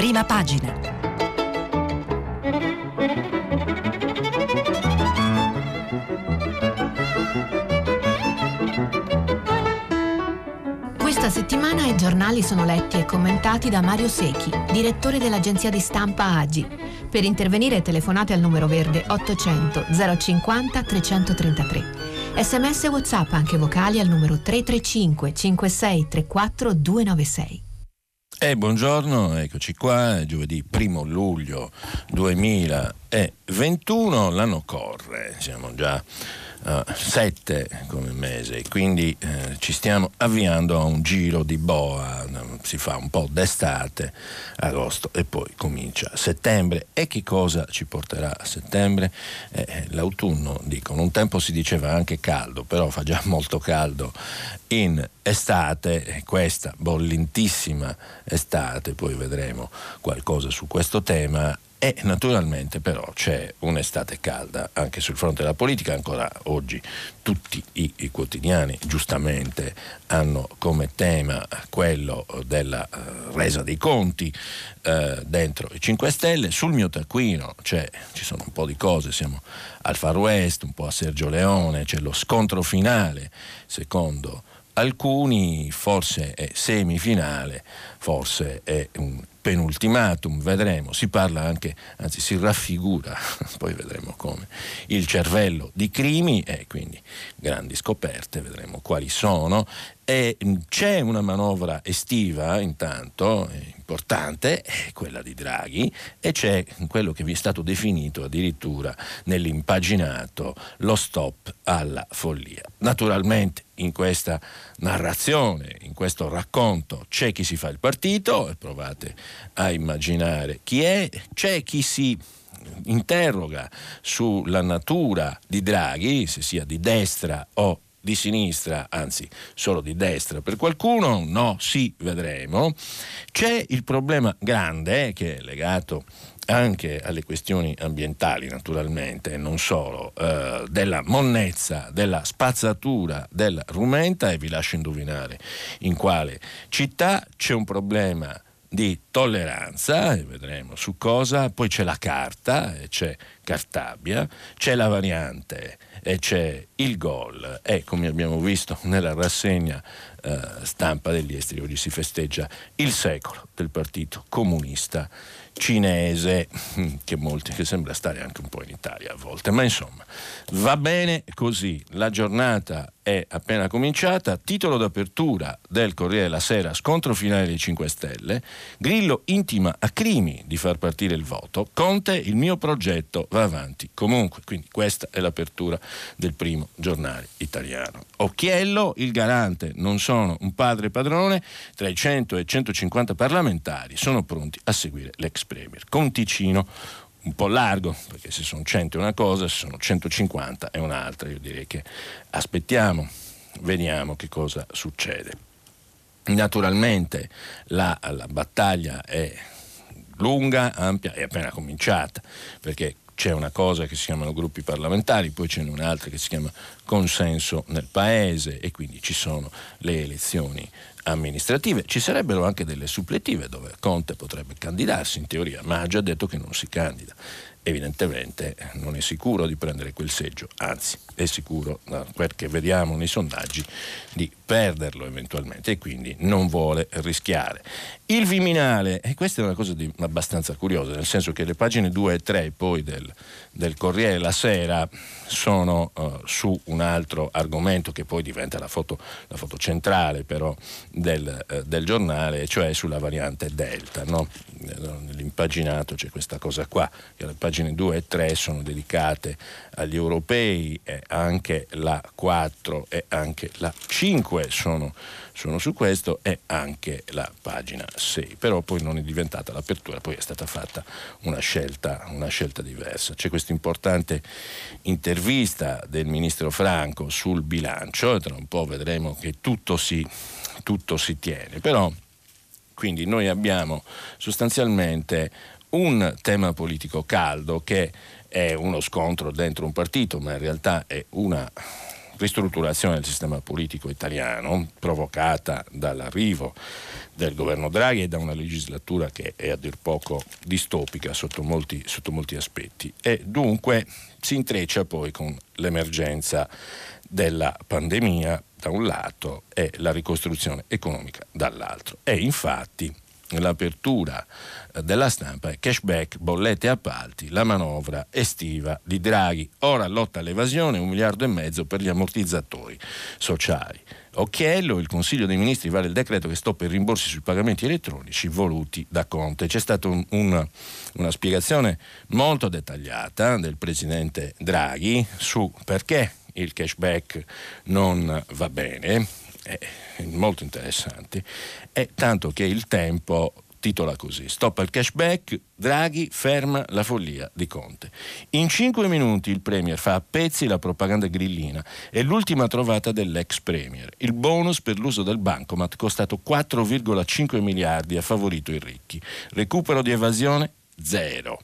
Prima pagina. Questa settimana i giornali sono letti e commentati da Mario Secchi, direttore dell'agenzia di stampa AGI. Per intervenire telefonate al numero verde 800 050 333. SMS e WhatsApp anche vocali al numero 335 56 34 296. Buongiorno, eccoci qua, è giovedì 1 luglio 2021, l'anno corre, siamo già 7 come mese, quindi ci stiamo avviando a un giro di boa, si fa un po' d'estate, agosto e poi comincia settembre. E che cosa ci porterà a settembre? L'autunno, dicono, un tempo si diceva anche caldo, però fa già molto caldo in estate, questa bollentissima estate, poi vedremo qualcosa su questo tema. E naturalmente però c'è un'estate calda anche sul fronte della politica. Ancora oggi tutti i quotidiani giustamente hanno come tema quello della resa dei conti dentro i 5 Stelle. Sul mio taccuino ci sono un po' di cose, siamo al Far West, un po' a Sergio Leone, c'è lo scontro finale secondo alcuni, forse è semifinale, forse è un penultimatum, vedremo. Si parla anche, anzi si raffigura, poi vedremo come, il cervello di Crimi, e quindi grandi scoperte, vedremo quali sono. E c'è una manovra estiva intanto importante, è quella di Draghi, e c'è quello che vi è stato definito addirittura nell'impaginato lo stop alla follia. Naturalmente in questa narrazione, in questo racconto, c'è chi si fa il partito, e provate a immaginare chi è, c'è chi si interroga sulla natura di Draghi, se sia di destra o di sinistra, anzi solo di destra per qualcuno, no, sì, vedremo. C'è il problema grande che è legato anche alle questioni ambientali, naturalmente, e non solo, della monnezza, della spazzatura della rumenta, e vi lascio indovinare in quale città. C'è un problema di tolleranza, e vedremo su cosa. Poi c'è la carta, e c'è Cartabia, c'è la variante e c'è il gol, e come abbiamo visto nella rassegna stampa degli esteri, oggi si festeggia il secolo del Partito Comunista Cinese, che sembra stare anche un po' in Italia a volte, ma insomma va bene così. La giornata è appena cominciata. Titolo d'apertura del Corriere della Sera: scontro finale dei 5 Stelle, Grillo intima a Crimi di far partire il voto, Conte: il mio progetto va avanti comunque. Quindi questa è l'apertura del primo giornale italiano. Occhiello: il garante, non sono un padre padrone, tra i 100 e i 150 parlamentari sono pronti a seguire l'ex premier. Conticino un po' largo, perché se sono 100 è una cosa, se sono 150 è un'altra. Io direi che aspettiamo, vediamo che cosa succede. Naturalmente la battaglia è lunga, ampia, è appena cominciata, perché c'è una cosa che si chiamano gruppi parlamentari, poi c'è un'altra che si chiama consenso nel paese, e quindi ci sono le elezioni amministrative. Ci sarebbero anche delle suppletive dove Conte potrebbe candidarsi in teoria, ma ha già detto che non si candida. Evidentemente non è sicuro di prendere quel seggio, anzi è sicuro, perché vediamo nei sondaggi, di perderlo eventualmente, e quindi non vuole rischiare. Il Viminale, e questa è una cosa abbastanza curiosa, nel senso che le pagine 2 e 3 poi del Corriere della Sera sono su un altro argomento che poi diventa la foto centrale però del giornale, cioè sulla variante Delta, no? Nell'impaginato c'è questa cosa qua, che le pagine 2 e 3 sono dedicate agli europei, e anche la 4 e anche la 5 sono su questo, e anche la pagina 6, però poi non è diventata l'apertura, poi è stata fatta una scelta diversa. C'è questa importante intervista del ministro Franco sul bilancio, e tra un po' vedremo che tutto si tiene, però quindi noi abbiamo sostanzialmente un tema politico caldo che è uno scontro dentro un partito, ma in realtà è una ristrutturazione del sistema politico italiano provocata dall'arrivo del governo Draghi e da una legislatura che è a dir poco distopica sotto molti aspetti, e dunque si intreccia poi con l'emergenza della pandemia da un lato e la ricostruzione economica dall'altro. E infatti l'apertura della stampa è cashback, bollette e appalti, la manovra estiva di Draghi, ora lotta all'evasione, 1,5 miliardi per gli ammortizzatori sociali. Occhiello, il Consiglio dei Ministri vara il decreto che stoppa i rimborsi sui pagamenti elettronici voluti da Conte. C'è stata una spiegazione molto dettagliata del presidente Draghi su perché il cashback non va bene, molto interessante, e tanto che il Tempo titola così: stoppa il cashback, Draghi ferma la follia di Conte. In 5 minuti il Premier fa a pezzi la propaganda grillina e l'ultima trovata dell'ex Premier. Il bonus per l'uso del bancomat, costato 4,5 miliardi, ha favorito i ricchi. Recupero di evasione? Zero.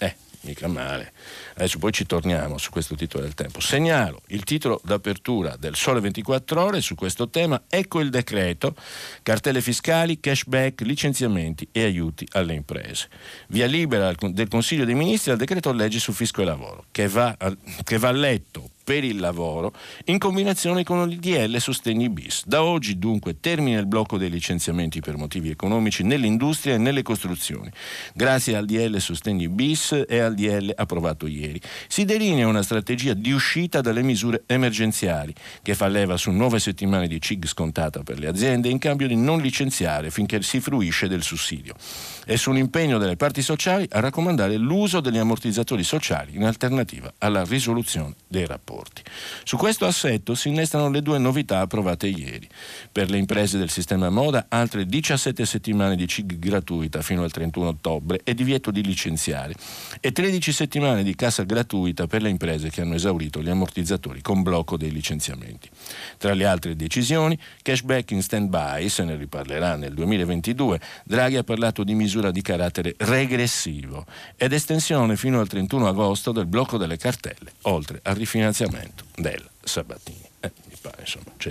Mica male. Adesso poi ci torniamo su questo titolo del Tempo. Segnalo il titolo d'apertura del Sole 24 Ore su questo tema. Ecco il decreto: cartelle fiscali, cashback, licenziamenti e aiuti alle imprese. Via libera del Consiglio dei Ministri al decreto legge su fisco e lavoro, che va letto per il lavoro in combinazione con il DL Sostegni bis. Da oggi dunque termina il blocco dei licenziamenti per motivi economici nell'industria e nelle costruzioni. Grazie al DL Sostegni bis e al DL approvato ieri si delinea una strategia di uscita dalle misure emergenziali che fa leva su 9 settimane di CIG scontata per le aziende in cambio di non licenziare finché si fruisce del sussidio, e su un impegno delle parti sociali a raccomandare l'uso degli ammortizzatori sociali in alternativa alla risoluzione dei rapporti. Su questo assetto si innestano le 2 novità approvate ieri. Per le imprese del sistema moda altre 17 settimane di CIG gratuita fino al 31 ottobre e divieto di licenziare, e 13 settimane di cassa gratuita per le imprese che hanno esaurito gli ammortizzatori con blocco dei licenziamenti. Tra le altre decisioni, cashback in stand-by, se ne riparlerà nel 2022, Draghi ha parlato di misura di carattere regressivo ed estensione fino al 31 agosto del blocco delle cartelle, oltre al rifinanziamento del Sabatini. Mi pare, insomma, c'è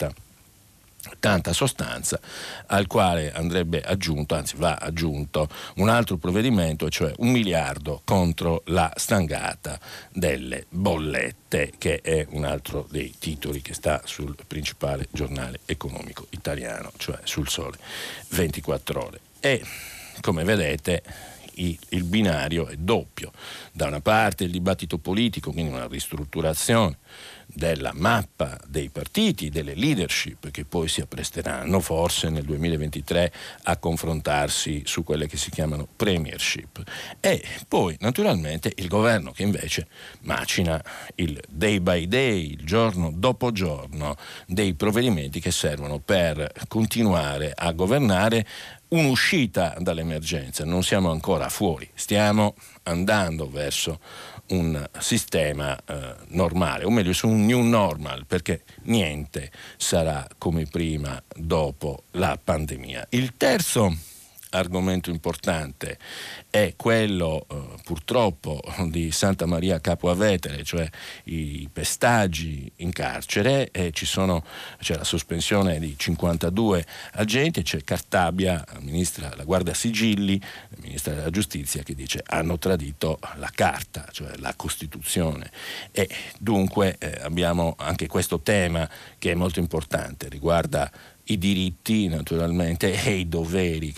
tanta sostanza, al quale andrebbe aggiunto, anzi va aggiunto, un altro provvedimento, cioè 1 miliardo contro la stangata delle bollette, che è un altro dei titoli che sta sul principale giornale economico italiano, cioè sul Sole 24 Ore. E come vedete il binario è doppio: da una parte il dibattito politico, quindi una ristrutturazione della mappa dei partiti, delle leadership che poi si appresteranno forse nel 2023 a confrontarsi su quelle che si chiamano premiership, e poi naturalmente il governo che invece macina il day by day, il giorno dopo giorno, dei provvedimenti che servono per continuare a governare un'uscita dall'emergenza. Non siamo ancora fuori, stiamo andando verso un sistema normale, o meglio su un new normal, perché niente sarà come prima dopo la pandemia. Il terzo argomento importante è quello purtroppo di Santa Maria Capua Vetere, cioè i pestaggi in carcere, e c'è la sospensione di 52 agenti, c'è Cartabia, la guardia sigilli, la ministra della giustizia, che dice hanno tradito la carta, cioè la Costituzione, e dunque abbiamo anche questo tema che è molto importante, riguarda i diritti naturalmente e i doveri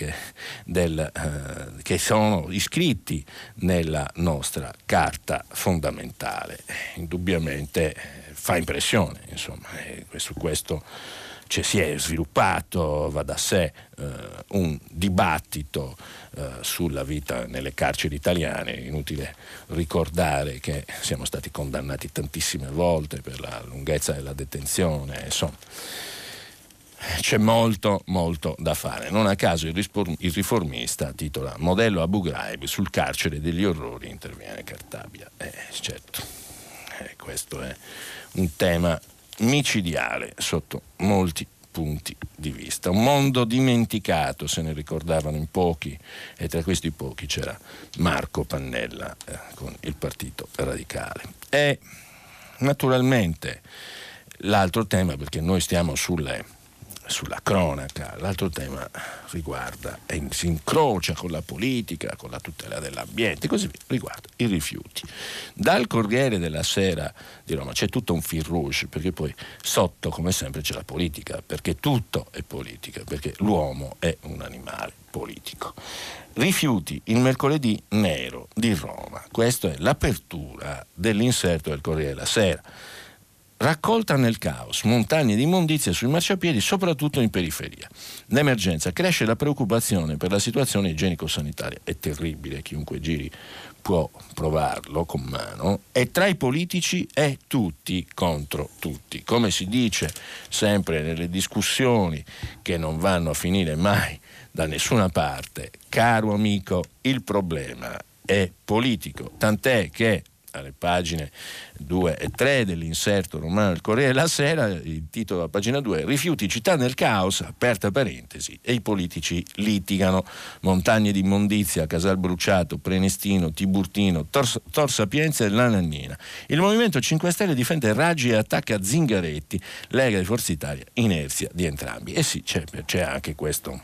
che sono iscritti nella nostra carta fondamentale. Indubbiamente fa impressione, insomma, su questo si è sviluppato, va da sé, un dibattito sulla vita nelle carceri italiane. Inutile ricordare che siamo stati condannati tantissime volte per la lunghezza della detenzione, insomma. C'è molto da fare. Non a caso il Riformista titola modello Abu Ghraib, sul carcere degli orrori interviene Cartabia. Certo, questo è un tema micidiale sotto molti punti di vista. Un mondo dimenticato, se ne ricordavano in pochi, e tra questi pochi c'era Marco Pannella con il Partito Radicale. E naturalmente L'altro tema, perché noi stiamo sulla cronaca, l'altro tema riguarda e si incrocia con la politica, con la tutela dell'ambiente, così via, riguarda i rifiuti. Dal Corriere della Sera di Roma c'è tutto un fil rouge, perché poi sotto, come sempre, c'è la politica, perché tutto è politica, perché l'uomo è un animale politico. Rifiuti, il mercoledì nero di Roma. Questa è l'apertura dell'inserto del Corriere della Sera. Raccolta nel caos, montagne di immondizia sui marciapiedi, soprattutto in periferia. L'emergenza, cresce la preoccupazione per la situazione igienico-sanitaria. È terribile, chiunque giri può provarlo con mano, e tra i politici è tutti contro tutti. Come si dice sempre nelle discussioni che non vanno a finire mai da nessuna parte, caro amico, il problema è politico, tant'è che alle pagine 2 e 3 dell'inserto romano del Corriere della Sera, il titolo della pagina 2: rifiuti, città nel caos, aperta parentesi, e i politici litigano. Montagne di immondizia, Casalbruciato, Prenestino, Tiburtino, Tor Sapienza e Lanannina. Il Movimento 5 Stelle difende Raggi e attacca Zingaretti, Lega di Forza Italia, inerzia di entrambi. E sì, c'è anche questo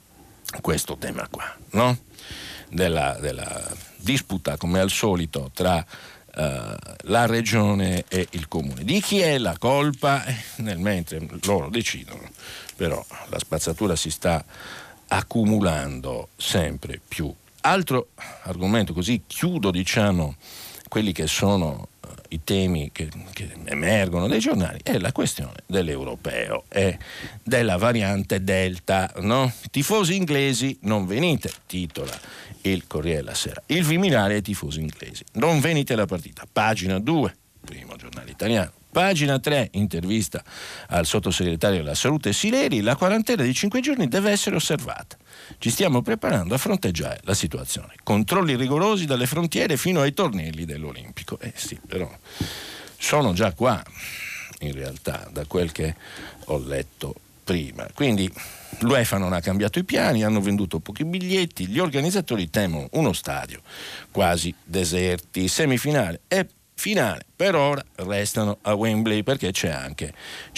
tema qua, no? Della disputa, come al solito, tra la regione e il comune. Di chi è la colpa? Nel mentre loro decidono, però la spazzatura si sta accumulando sempre più. Altro argomento, così chiudo, diciamo, quelli che sono i temi che emergono dai giornali, è la questione dell'europeo e della variante Delta, no? Tifosi inglesi, non venite, titola il Corriere della Sera. Il Viminale ai tifosi inglesi, non venite alla partita. Pagina 2, primo giornale italiano. Pagina 3, intervista al sottosegretario della Salute Sileri: la quarantena di 5 giorni deve essere osservata. Ci stiamo preparando a fronteggiare la situazione. Controlli rigorosi dalle frontiere fino ai tornelli dell'Olimpico. Sì, però sono già qua, in realtà, da quel che ho letto prima. Quindi l'UEFA non ha cambiato i piani, hanno venduto pochi biglietti, gli organizzatori temono uno stadio quasi deserti. Semifinale e finale per ora restano a Wembley, perché c'è anche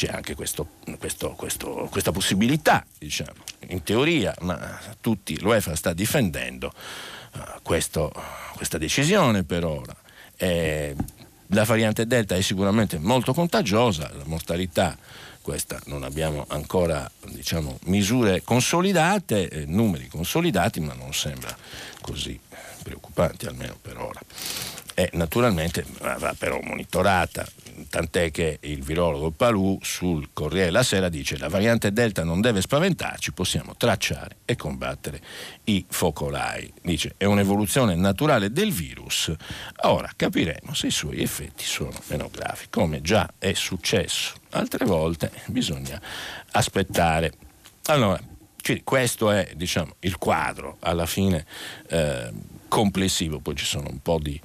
questa possibilità, diciamo, in teoria, ma l'UEFA sta difendendo questa decisione per ora. La variante Delta è sicuramente molto contagiosa, la mortalità, questa non abbiamo ancora, diciamo, misure consolidate, numeri consolidati, ma non sembra così preoccupante, almeno per ora. E naturalmente va però monitorata, tant'è che il virologo Palù sul Corriere della Sera dice: la variante Delta non deve spaventarci, possiamo tracciare e combattere i focolai. Dice: è un'evoluzione naturale del virus, ora capiremo se i suoi effetti sono meno gravi, come già è successo altre volte, bisogna aspettare. Allora, questo è, diciamo, il quadro alla fine complessivo. Poi ci sono un po' di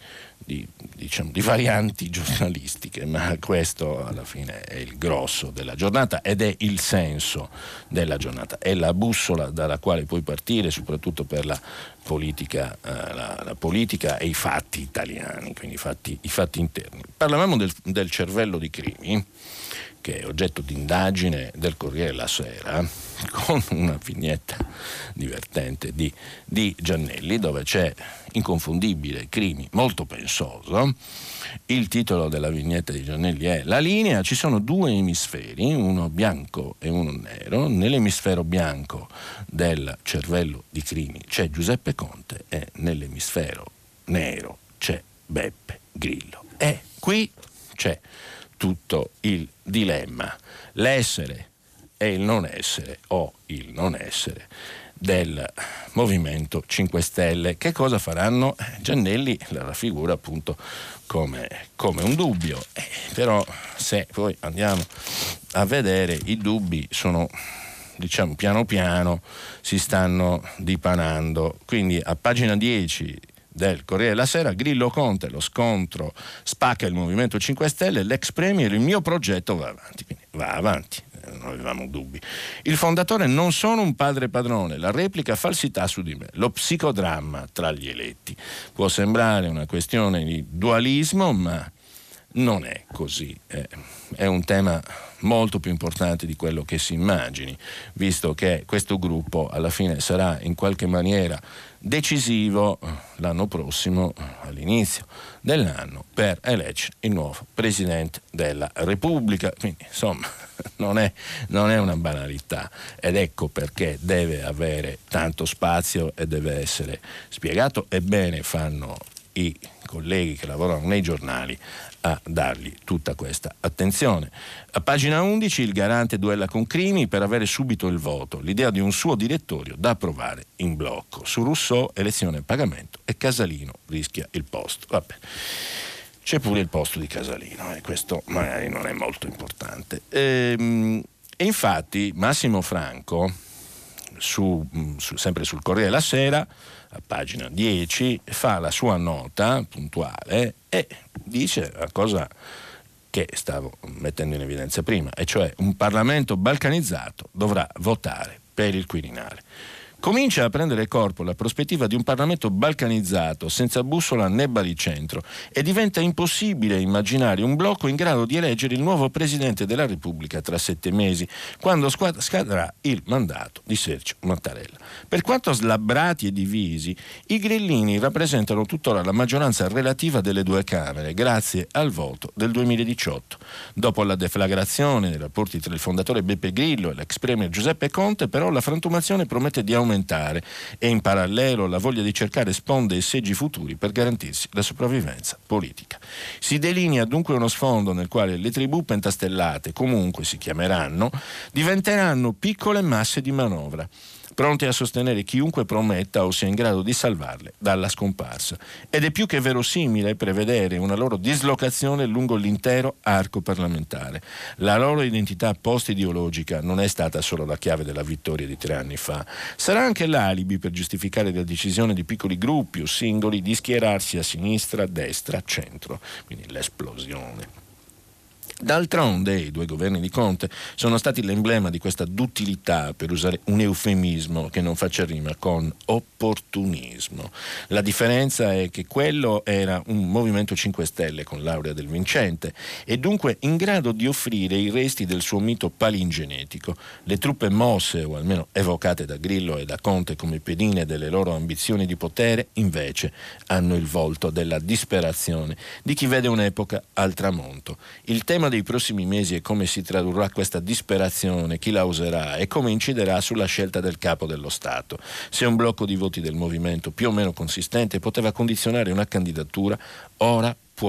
varianti giornalistiche, ma questo alla fine è il grosso della giornata ed è il senso della giornata, è la bussola dalla quale puoi partire, soprattutto per la politica, la politica e i fatti italiani, quindi i fatti interni. Parlavamo del cervello di Crimi, che è oggetto di indagine del Corriere della Sera, con una vignetta divertente di Giannelli, dove c'è inconfondibile Crimi, molto pensoso. Il titolo della vignetta di Giannelli è: la linea, ci sono due emisferi, uno bianco e uno nero. Nell'emisfero bianco del cervello di Crimi c'è Giuseppe Conte e nell'emisfero nero c'è Beppe Grillo. E qui c'è tutto il dilemma, l'essere e il non essere, o il non essere, del Movimento 5 Stelle. Che cosa faranno? Giannelli la raffigura appunto come un dubbio, però se poi andiamo a vedere, i dubbi sono, diciamo, piano piano si stanno dipanando. Quindi a pagina 10 del Corriere della Sera: Grillo Conte, lo scontro spacca il Movimento 5 Stelle, l'ex premier, il mio progetto va avanti. Quindi va avanti, non avevamo dubbi. Il fondatore: non sono un padre padrone, la replica falsità su di me, lo psicodramma tra gli eletti. Può sembrare una questione di dualismo, ma non è così, è un tema molto più importante di quello che si immagini, visto che questo gruppo alla fine sarà in qualche maniera decisivo l'anno prossimo, all'inizio dell'anno, per eleggere il nuovo Presidente della Repubblica. Quindi insomma non è una banalità, ed ecco perché deve avere tanto spazio e deve essere spiegato, e bene fanno i colleghi che lavorano nei giornali a dargli tutta questa attenzione. A pagina 11 il garante duella con Crimi per avere subito il voto, l'idea di un suo direttorio da approvare in blocco. Su Rousseau elezione a pagamento e Casalino rischia il posto. Vabbè, c'è pure il posto di Casalino, e questo magari non è molto importante. E infatti Massimo Franco sempre sul Corriere della Sera, a pagina 10, fa la sua nota puntuale e dice la cosa che stavo mettendo in evidenza prima, e cioè un Parlamento balcanizzato dovrà votare per il Quirinale. Comincia a prendere corpo la prospettiva di un Parlamento balcanizzato, senza bussola né baricentro, e diventa impossibile immaginare un blocco in grado di eleggere il nuovo Presidente della Repubblica tra 7 mesi, quando scadrà il mandato di Sergio Mattarella. Per quanto slabbrati e divisi, i grillini rappresentano tuttora la maggioranza relativa delle due Camere, grazie al voto del 2018. Dopo la deflagrazione dei rapporti tra il fondatore Beppe Grillo e l'ex premier Giuseppe Conte, però la frantumazione promette di aumentare, e in parallelo la voglia di cercare sponde e seggi futuri per garantirsi la sopravvivenza politica. Si delinea dunque uno sfondo nel quale le tribù pentastellate, comunque si chiameranno, diventeranno piccole masse di manovra, pronti a sostenere chiunque prometta o sia in grado di salvarle dalla scomparsa. Ed è più che verosimile prevedere una loro dislocazione lungo l'intero arco parlamentare. La loro identità post-ideologica non è stata solo la chiave della vittoria di 3 anni fa, sarà anche l'alibi per giustificare la decisione di piccoli gruppi o singoli di schierarsi a sinistra, destra, centro, quindi l'esplosione. D'altronde i 2 governi di Conte sono stati l'emblema di questa duttilità, per usare un eufemismo che non faccia rima con opportunismo. La differenza è che quello era un Movimento 5 Stelle con laurea del vincente, e dunque in grado di offrire i resti del suo mito palingenetico. Le truppe mosse, o almeno evocate da Grillo e da Conte come pedine delle loro ambizioni di potere, invece hanno il volto della disperazione di chi vede un'epoca al tramonto. Il tema dei prossimi mesi è come si tradurrà questa disperazione, chi la userà e come inciderà sulla scelta del capo dello Stato. Se un blocco di voti del movimento più o meno consistente poteva condizionare una candidatura, ora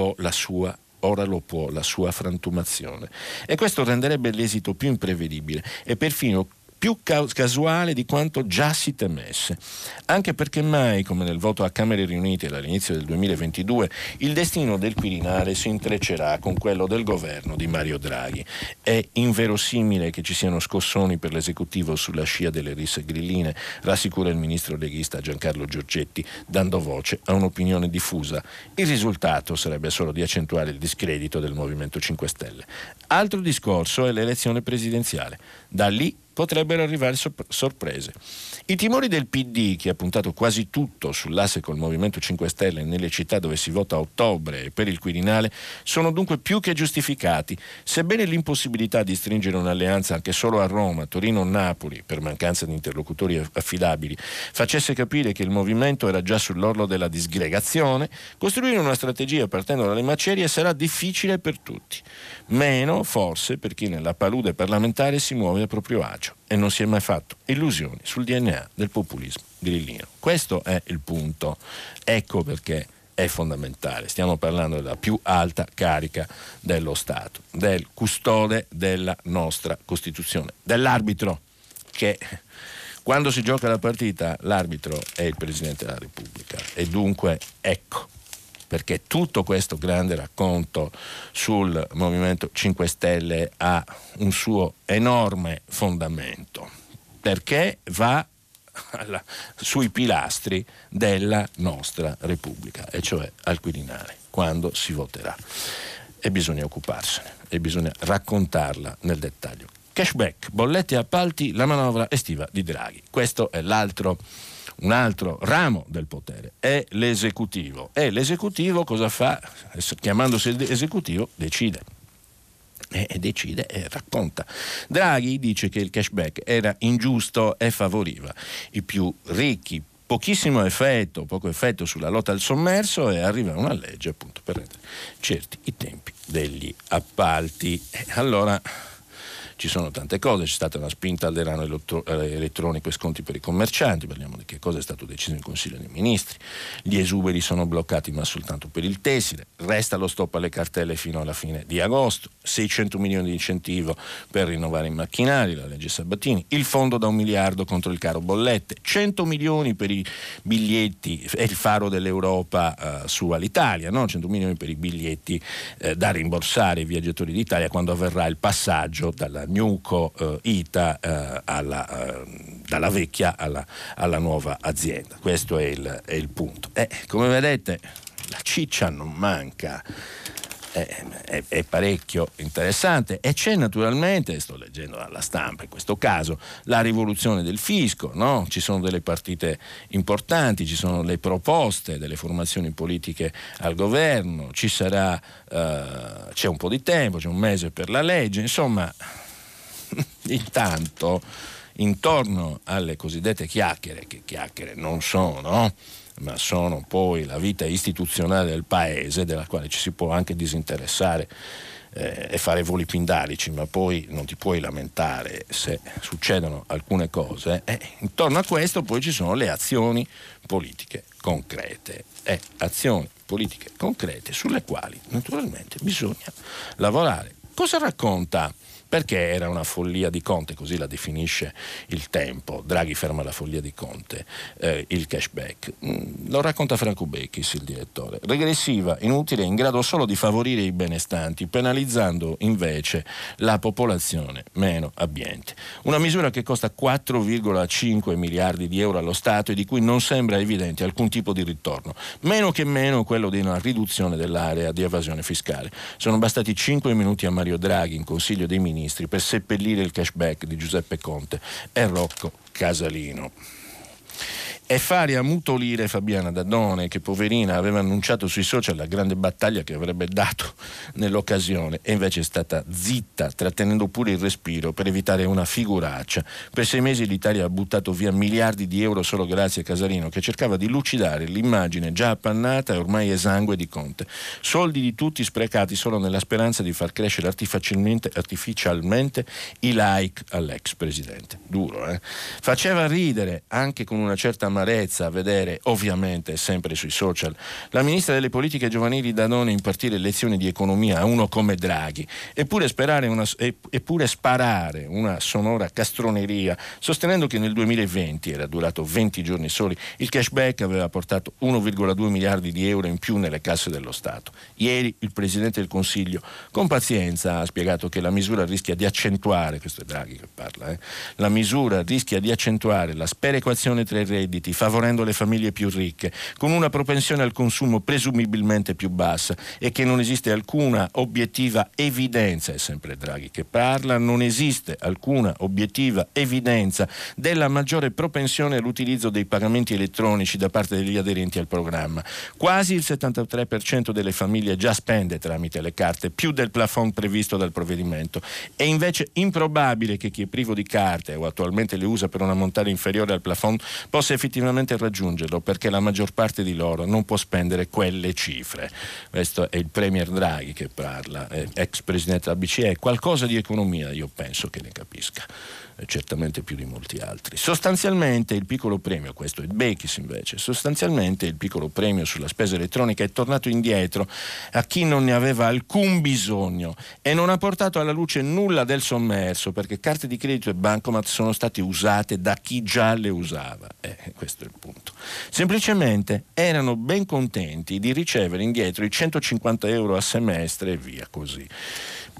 lo può la sua frantumazione. E questo renderebbe l'esito più imprevedibile e perfino più casuale di quanto già si temesse, anche perché mai, come nel voto a Camere riunite all'inizio del 2022, il destino del Quirinale si intreccerà con quello del governo di Mario Draghi. È inverosimile che ci siano scossoni per l'esecutivo sulla scia delle risse grilline, rassicura il ministro leghista Giancarlo Giorgetti, dando voce a un'opinione diffusa. Il risultato sarebbe solo di accentuare il discredito del Movimento 5 Stelle. Altro discorso è l'elezione presidenziale. Da lì potrebbero arrivare sorprese. I timori del PD, che ha puntato quasi tutto sull'asse col Movimento 5 Stelle nelle città dove si vota a ottobre e per il Quirinale, sono dunque più che giustificati, sebbene l'impossibilità di stringere un'alleanza anche solo a Roma, Torino o Napoli, per mancanza di interlocutori affidabili, facesse capire che il movimento era già sull'orlo della disgregazione. Costruire una strategia partendo dalle macerie sarà difficile per tutti, meno forse per chi nella palude parlamentare si muove a proprio agio e non si è mai fatto illusioni sul DNA del populismo grillino. Questo è il punto, ecco perché è fondamentale. Stiamo parlando della più alta carica dello Stato, del custode della nostra Costituzione, dell'arbitro, che quando si gioca la partita l'arbitro è il Presidente della Repubblica. E dunque ecco perché tutto questo grande racconto sul Movimento 5 Stelle ha un suo enorme fondamento, perché va sui pilastri della nostra Repubblica, e cioè al Quirinale, quando si voterà. E bisogna occuparsene, e bisogna raccontarla nel dettaglio. Cashback, bollette e appalti, la manovra estiva di Draghi. Questo è l'altro un altro ramo del potere, è l'esecutivo. E l'esecutivo cosa fa? Chiamandosi esecutivo, decide. E decide e racconta. Draghi dice che il cashback era ingiusto e favoriva i più ricchi, poco effetto sulla lotta al sommerso, e arriva una legge appunto per rendere certi i tempi degli appalti. E allora ci sono tante cose, c'è stata una spinta al denaro elettronico e sconti per i commercianti, parliamo di che cosa è stato deciso in Consiglio dei Ministri, gli esuberi sono bloccati ma soltanto per il tessile, resta lo stop alle cartelle fino alla fine di agosto, 600 milioni di incentivo per rinnovare i macchinari, la legge Sabatini, il fondo da 1 miliardo contro il caro bollette, 100 milioni per i biglietti, è il faro dell'Europa su Alitalia, no? 100 milioni per i biglietti da rimborsare ai viaggiatori d'Italia quando avverrà il passaggio dalla Newco ITA dalla vecchia alla nuova azienda. Questo è il punto. Come vedete, la ciccia non manca. È parecchio interessante, e c'è naturalmente, sto leggendo dalla stampa in questo caso, la rivoluzione del fisco, no? Ci sono delle partite importanti, ci sono le proposte delle formazioni politiche al governo, c'è un po' di tempo, c'è un mese per la legge, insomma. Intanto, intorno alle cosiddette chiacchiere, che chiacchiere non sono, ma sono poi la vita istituzionale del paese, della quale ci si può anche disinteressare e fare voli pindarici, ma poi non ti puoi lamentare se succedono alcune cose. Intorno a questo poi ci sono le azioni politiche concrete, sulle quali naturalmente bisogna lavorare. Cosa racconta? Perché era una follia di Conte, così la definisce Il Tempo. Draghi ferma la follia di Conte, il cashback. Lo racconta Franco Becchis, il direttore. Regressiva, inutile, in grado solo di favorire i benestanti, penalizzando invece la popolazione meno abbiente. Una misura che costa 4,5 miliardi di euro allo Stato e di cui non sembra evidente alcun tipo di ritorno, meno che meno quello di una riduzione dell'area di evasione fiscale. Sono bastati 5 minuti a Mario Draghi in Consiglio dei Ministri per seppellire il cashback di Giuseppe Conte e Rocco Casalino. E fare ammutolire Fabiana Dadone, che poverina aveva annunciato sui social la grande battaglia che avrebbe dato nell'occasione, e invece è stata zitta, trattenendo pure il respiro per evitare una figuraccia. Per 6 mesi l'Italia ha buttato via miliardi di euro solo grazie a Casalino, che cercava di lucidare l'immagine già appannata e ormai esangue di Conte. Soldi di tutti sprecati solo nella speranza di far crescere artificialmente i like all'ex presidente. Duro, eh? Faceva ridere, anche con una certa amarezza, a vedere, ovviamente sempre sui social, la ministra delle politiche giovanili Dadone impartire lezioni di economia a uno come Draghi, eppure sparare una sonora castroneria, sostenendo che nel 2020, era durato 20 giorni soli, il cashback aveva portato 1,2 miliardi di euro in più nelle casse dello Stato. Ieri il Presidente del Consiglio, con pazienza, ha spiegato che la misura rischia di accentuare, questo è Draghi che parla, la misura rischia di accentuare la sperequazione tra i redditi, favorendo le famiglie più ricche, con una propensione al consumo presumibilmente più bassa, e che non esiste alcuna obiettiva evidenza, è sempre Draghi che parla, non esiste alcuna obiettiva evidenza della maggiore propensione all'utilizzo dei pagamenti elettronici da parte degli aderenti al programma. Quasi il 73% delle famiglie già spende tramite le carte, più del plafond previsto dal provvedimento. È invece improbabile che chi è privo di carte o attualmente le usa per un ammontare inferiore al plafond possa effettivamente raggiungerlo, perché la maggior parte di loro non può spendere quelle cifre. Questo è il Premier Draghi che parla, ex presidente della BCE. Qualcosa di economia io penso che ne capisca, certamente più di molti altri. Sostanzialmente il piccolo premio, questo è Becchis invece, sostanzialmente il piccolo premio sulla spesa elettronica è tornato indietro a chi non ne aveva alcun bisogno e non ha portato alla luce nulla del sommerso, perché carte di credito e bancomat sono state usate da chi già le usava. Questo è il punto. Semplicemente erano ben contenti di ricevere indietro i 150 euro a semestre e via così.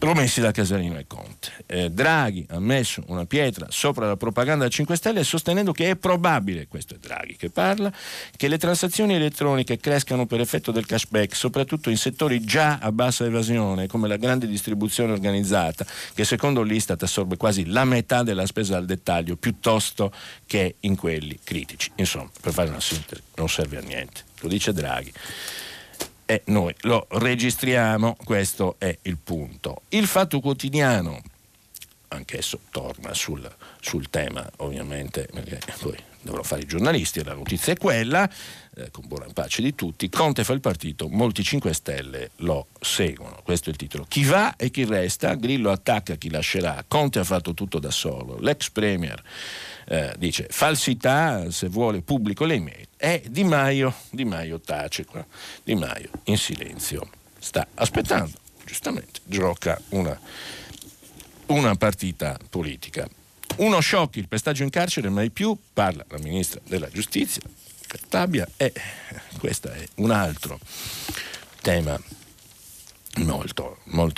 promessi da Casalino e Conte. Draghi ha messo una pietra sopra la propaganda del 5 Stelle sostenendo che è probabile, questo è Draghi che parla, che le transazioni elettroniche crescano per effetto del cashback, soprattutto in settori già a bassa evasione come la grande distribuzione organizzata, che secondo l'Istat assorbe quasi la metà della spesa al dettaglio piuttosto che in quelli critici. Insomma, per fare una sintesi, non serve a niente, lo dice Draghi. E noi lo registriamo, questo è il punto. Il Fatto Quotidiano, anch'esso torna sul tema, ovviamente, perché poi dovrò fare i giornalisti e la notizia è quella, con buona pace di tutti. Conte fa il partito, molti 5 Stelle lo seguono. Questo è il titolo. Chi va e chi resta? Grillo attacca chi lascerà. Conte ha fatto tutto da solo. L'ex premier dice falsità, se vuole pubblico le email. Di Maio tace qua. Di Maio in silenzio sta aspettando, giustamente gioca una partita politica. Uno shock, il pestaggio in carcere mai più, parla la ministra della giustizia Cartabia, e questo è un altro tema molto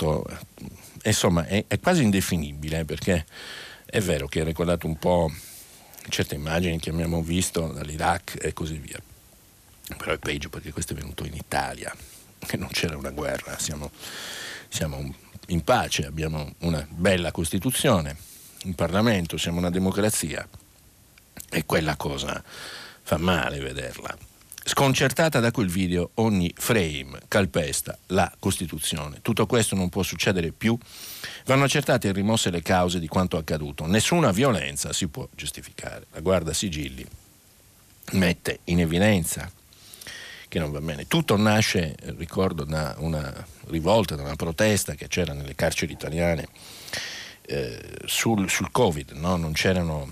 insomma è quasi indefinibile, perché è vero che ha ricordato un po' certe immagini che abbiamo visto dall'Iraq e così via, però è peggio perché questo è venuto in Italia, che non c'era una guerra, siamo in pace, abbiamo una bella Costituzione, in Parlamento, siamo una democrazia, e quella cosa fa male vederla. Sconcertata da quel video, ogni frame calpesta la Costituzione. Tutto questo non può succedere più. Vanno accertate e rimosse le cause di quanto accaduto. Nessuna violenza si può giustificare. La Guardasigilli mette in evidenza che non va bene. Tutto nasce, ricordo, da una rivolta, da una protesta che c'era nelle carceri italiane sul Covid, no? Non c'erano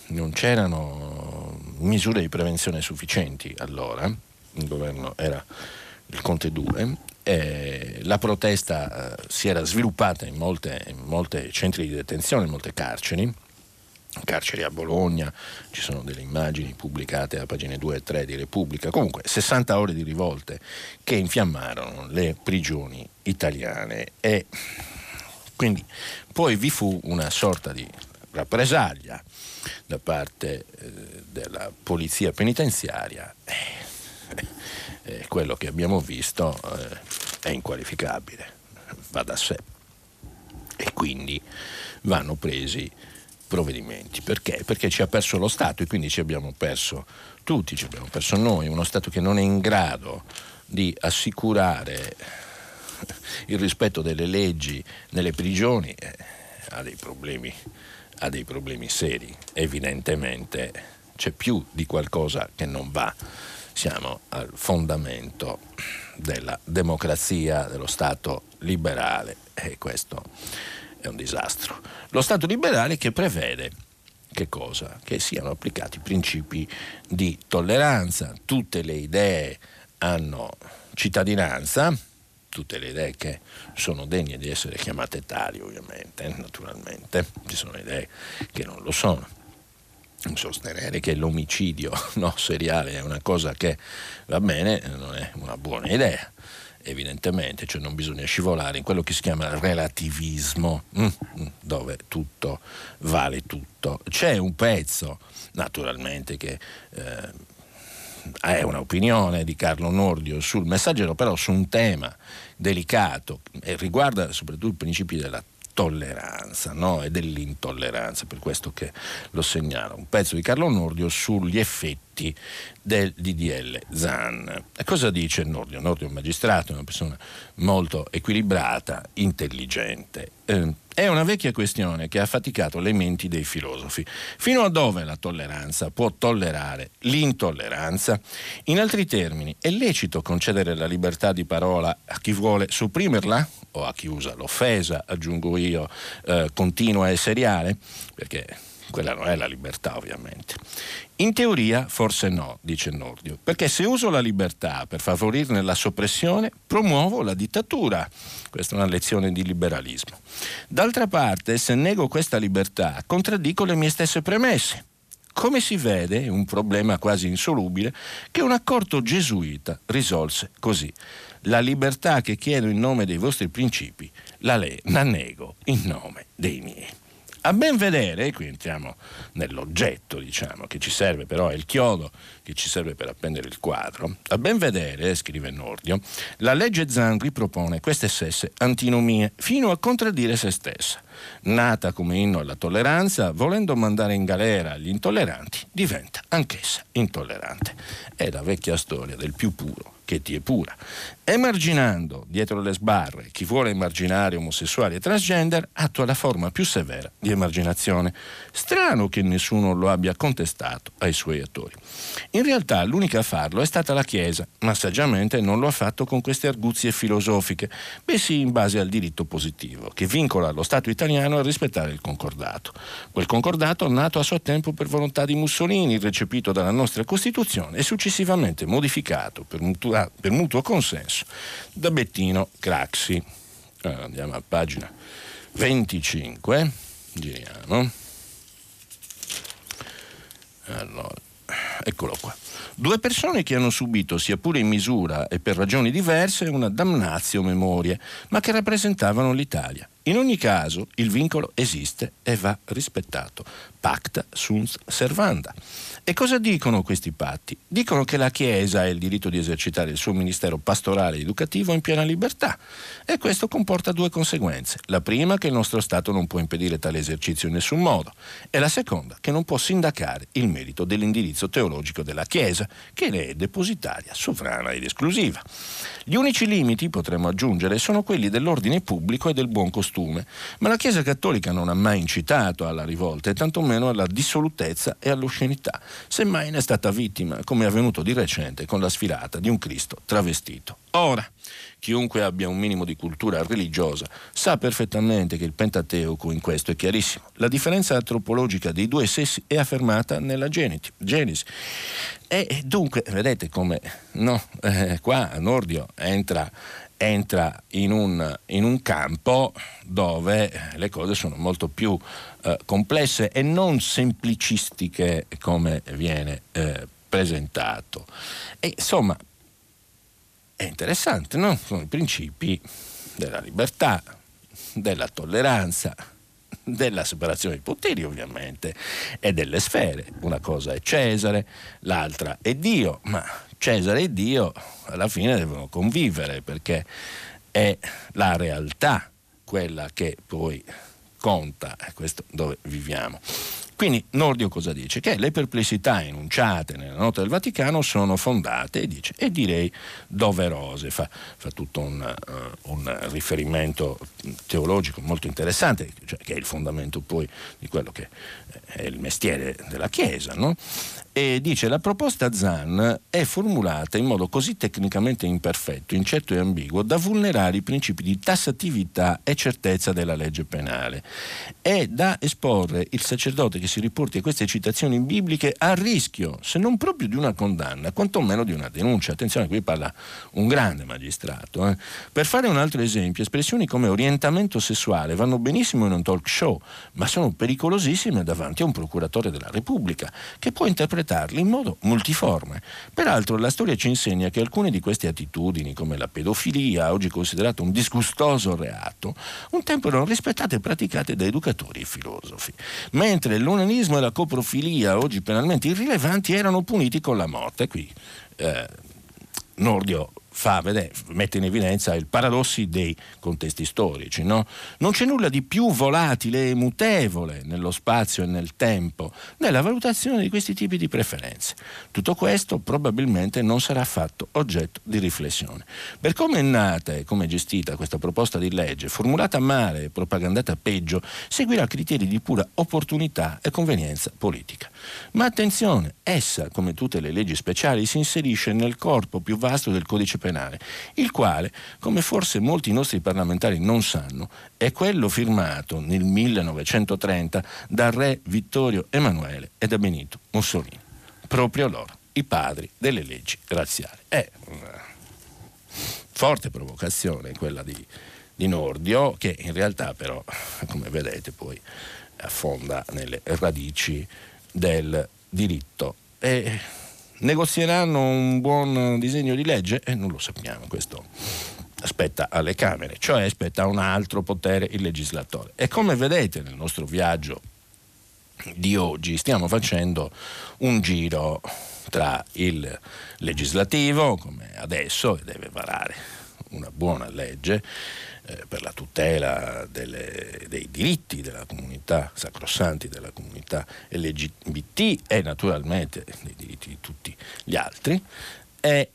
misure di prevenzione sufficienti allora, il governo era il Conte 2, la protesta si era sviluppata in molte centri di detenzione, in molte carceri a Bologna, ci sono delle immagini pubblicate a pagine 2 e 3 di Repubblica, comunque 60 ore di rivolte che infiammarono le prigioni italiane, e quindi poi vi fu una sorta di rappresaglia da parte della polizia penitenziaria. Quello che abbiamo visto è inqualificabile, va da sé, e quindi vanno presi provvedimenti. Perché? Perché ci ha perso lo Stato, e quindi ci abbiamo perso tutti, ci abbiamo perso noi, uno Stato che non è in grado di assicurare il rispetto delle leggi nelle prigioni, ha dei problemi seri. Evidentemente c'è più di qualcosa che non va. Siamo al fondamento della democrazia, dello Stato liberale, e questo è un disastro. Lo Stato liberale che prevede che cosa? Che siano applicati principi di tolleranza. Tutte le idee hanno cittadinanza, tutte le idee che sono degne di essere chiamate tali, ovviamente, naturalmente. Ci sono idee che non lo sono. Sostenere che l'omicidio seriale è una cosa che va bene non è una buona idea, evidentemente, cioè non bisogna scivolare in quello che si chiama relativismo, dove tutto vale tutto. C'è un pezzo, naturalmente, che è un'opinione di Carlo Nordio sul Messaggero, però su un tema delicato, e riguarda soprattutto i principi della tolleranza, no? E dell'intolleranza, per questo che lo segnalo. Un pezzo di Carlo Nordio sugli effetti del DDL Zan. E cosa dice Nordio? Nordio è un magistrato, è una persona molto equilibrata, intelligente. È una vecchia questione che ha affaticato le menti dei filosofi. Fino a dove la tolleranza può tollerare l'intolleranza? In altri termini, è lecito concedere la libertà di parola a chi vuole sopprimerla? O a chi usa l'offesa, aggiungo io, continua e seriale? Perché quella non è la libertà, ovviamente. In teoria forse no, dice Nordio, perché se uso la libertà per favorirne la soppressione, promuovo la dittatura. Questa è una lezione di liberalismo. D'altra parte, se nego questa libertà, contraddico le mie stesse premesse. Come si vede, è un problema quasi insolubile che un accorto gesuita risolse così. La libertà che chiedo in nome dei vostri principi la nego in nome dei miei. A ben vedere, qui entriamo nell'oggetto, diciamo, che ci serve però, è il chiodo che ci serve per appendere il quadro. A ben vedere, scrive Nordio, la legge Zan ripropone queste stesse antinomie fino a contraddire se stessa. Nata come inno alla tolleranza, volendo mandare in galera gli intolleranti, diventa anch'essa intollerante. È la vecchia storia del più puro che ti è pura. Emarginando dietro le sbarre chi vuole emarginare omosessuali e transgender, attua la forma più severa di emarginazione. Strano che nessuno lo abbia contestato ai suoi attori. In realtà l'unica a farlo è stata la Chiesa, ma saggiamente non lo ha fatto con queste arguzie filosofiche, bensì in base al diritto positivo, che vincola lo Stato italiano a rispettare il concordato. Quel concordato nato a suo tempo per volontà di Mussolini, recepito dalla nostra Costituzione e successivamente modificato per mutuo consenso da Bettino Craxi. Allora, andiamo a pagina 25, giriamo. Allora, eccolo qua. 2 persone che hanno subito, sia pure in misura e per ragioni diverse, una damnatio memoriae, ma che rappresentavano l'Italia. In ogni caso, il vincolo esiste e va rispettato. Pacta sunt servanda. E cosa dicono questi patti? Dicono che la Chiesa ha il diritto di esercitare il suo ministero pastorale ed educativo in piena libertà. E questo comporta 2 conseguenze. La prima, che il nostro Stato non può impedire tale esercizio in nessun modo. E la seconda, che non può sindacare il merito dell'indirizzo teologico della Chiesa, che ne è depositaria, sovrana ed esclusiva. Gli unici limiti, potremmo aggiungere, sono quelli dell'ordine pubblico e del buon costume. Ma la Chiesa cattolica non ha mai incitato alla rivolta e tantomeno alla dissolutezza e all'oscenità. Semmai ne è stata vittima, come è avvenuto di recente con la sfilata di un Cristo travestito. Ora, chiunque abbia un minimo di cultura religiosa sa perfettamente che il Pentateuco in questo è chiarissimo. La differenza antropologica dei 2 sessi è affermata nella Genesi. E dunque, vedete come qua Nordio entra in un campo dove le cose sono molto più complesse e non semplicistiche come viene presentato. E insomma è interessante, no? Sono i principi della libertà, della tolleranza, della separazione dei poteri ovviamente e delle sfere. Una cosa è Cesare, l'altra è Dio, ma Cesare e Dio alla fine devono convivere, perché è la realtà quella che poi conta, è questo dove viviamo. Quindi Nordio cosa dice? Che le perplessità enunciate nella nota del Vaticano sono fondate, e dice, e direi doverose. Fa tutto un riferimento teologico molto interessante, cioè che è il fondamento poi di quello che è il mestiere della Chiesa, no? E dice: la proposta Zan è formulata in modo così tecnicamente imperfetto, incerto e ambiguo da vulnerare i principi di tassatività e certezza della legge penale. È da esporre il sacerdote che si riporti a queste citazioni bibliche a rischio, se non proprio di una condanna, quantomeno di una denuncia. Attenzione, qui parla un grande magistrato. Per fare un altro esempio, espressioni come orientamento sessuale vanno benissimo in un talk show, ma sono pericolosissime davanti a un procuratore della Repubblica, che può interpretarli in modo multiforme. Peraltro la storia ci insegna che alcune di queste attitudini, come la pedofilia, oggi considerata un disgustoso reato, un tempo erano rispettate e praticate da educatori e filosofi, mentre l'onanismo e la coprofilia, oggi penalmente irrilevanti, erano puniti con la morte. Qui Nordio mette in evidenza i paradossi dei contesti storici, no? Non c'è nulla di più volatile e mutevole nello spazio e nel tempo nella valutazione di questi tipi di preferenze. Tutto questo probabilmente non sarà affatto oggetto di riflessione. Per come è nata e come è gestita questa proposta di legge, formulata male e propagandata peggio, seguirà criteri di pura opportunità e convenienza politica. Ma attenzione, essa, come tutte le leggi speciali, si inserisce nel corpo più vasto del codice penale, il quale, come forse molti nostri parlamentari non sanno, è quello firmato nel 1930 dal re Vittorio Emanuele e da Benito Mussolini. Proprio loro, i padri delle leggi razziali. È una forte provocazione quella di Nordio, che in realtà però, come vedete, poi affonda nelle radici del diritto. E negozieranno un buon disegno di legge? Non lo sappiamo, questo aspetta alle Camere, cioè aspetta a un altro potere, il legislatore. E come vedete nel nostro viaggio di oggi stiamo facendo un giro tra il legislativo, come adesso, che deve varare una buona legge per la tutela dei diritti della comunità, sacrosanti della comunità LGBT e naturalmente dei diritti di tutti gli altri, e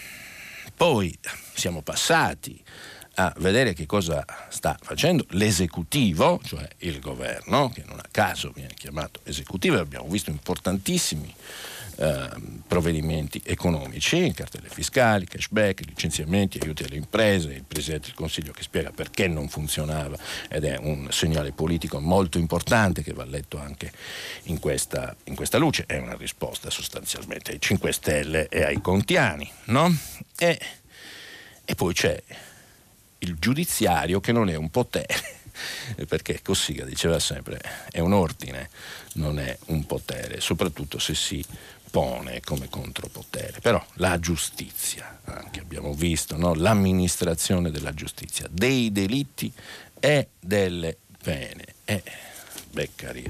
poi siamo passati a vedere che cosa sta facendo l'esecutivo, cioè il governo, che non a caso viene chiamato esecutivo. Abbiamo visto importantissimi provvedimenti economici, cartelle fiscali, cashback, licenziamenti, aiuti alle imprese, il Presidente del Consiglio che spiega perché non funzionava, ed è un segnale politico molto importante che va letto anche in questa luce. È una risposta sostanzialmente ai 5 Stelle e ai contiani, no? E poi c'è il giudiziario, che non è un potere, perché Cossiga diceva sempre è un ordine, non è un potere, soprattutto se si pone come contropotere. Però la giustizia, anche abbiamo visto, no? L'amministrazione della giustizia, dei delitti e delle pene, Beccaria.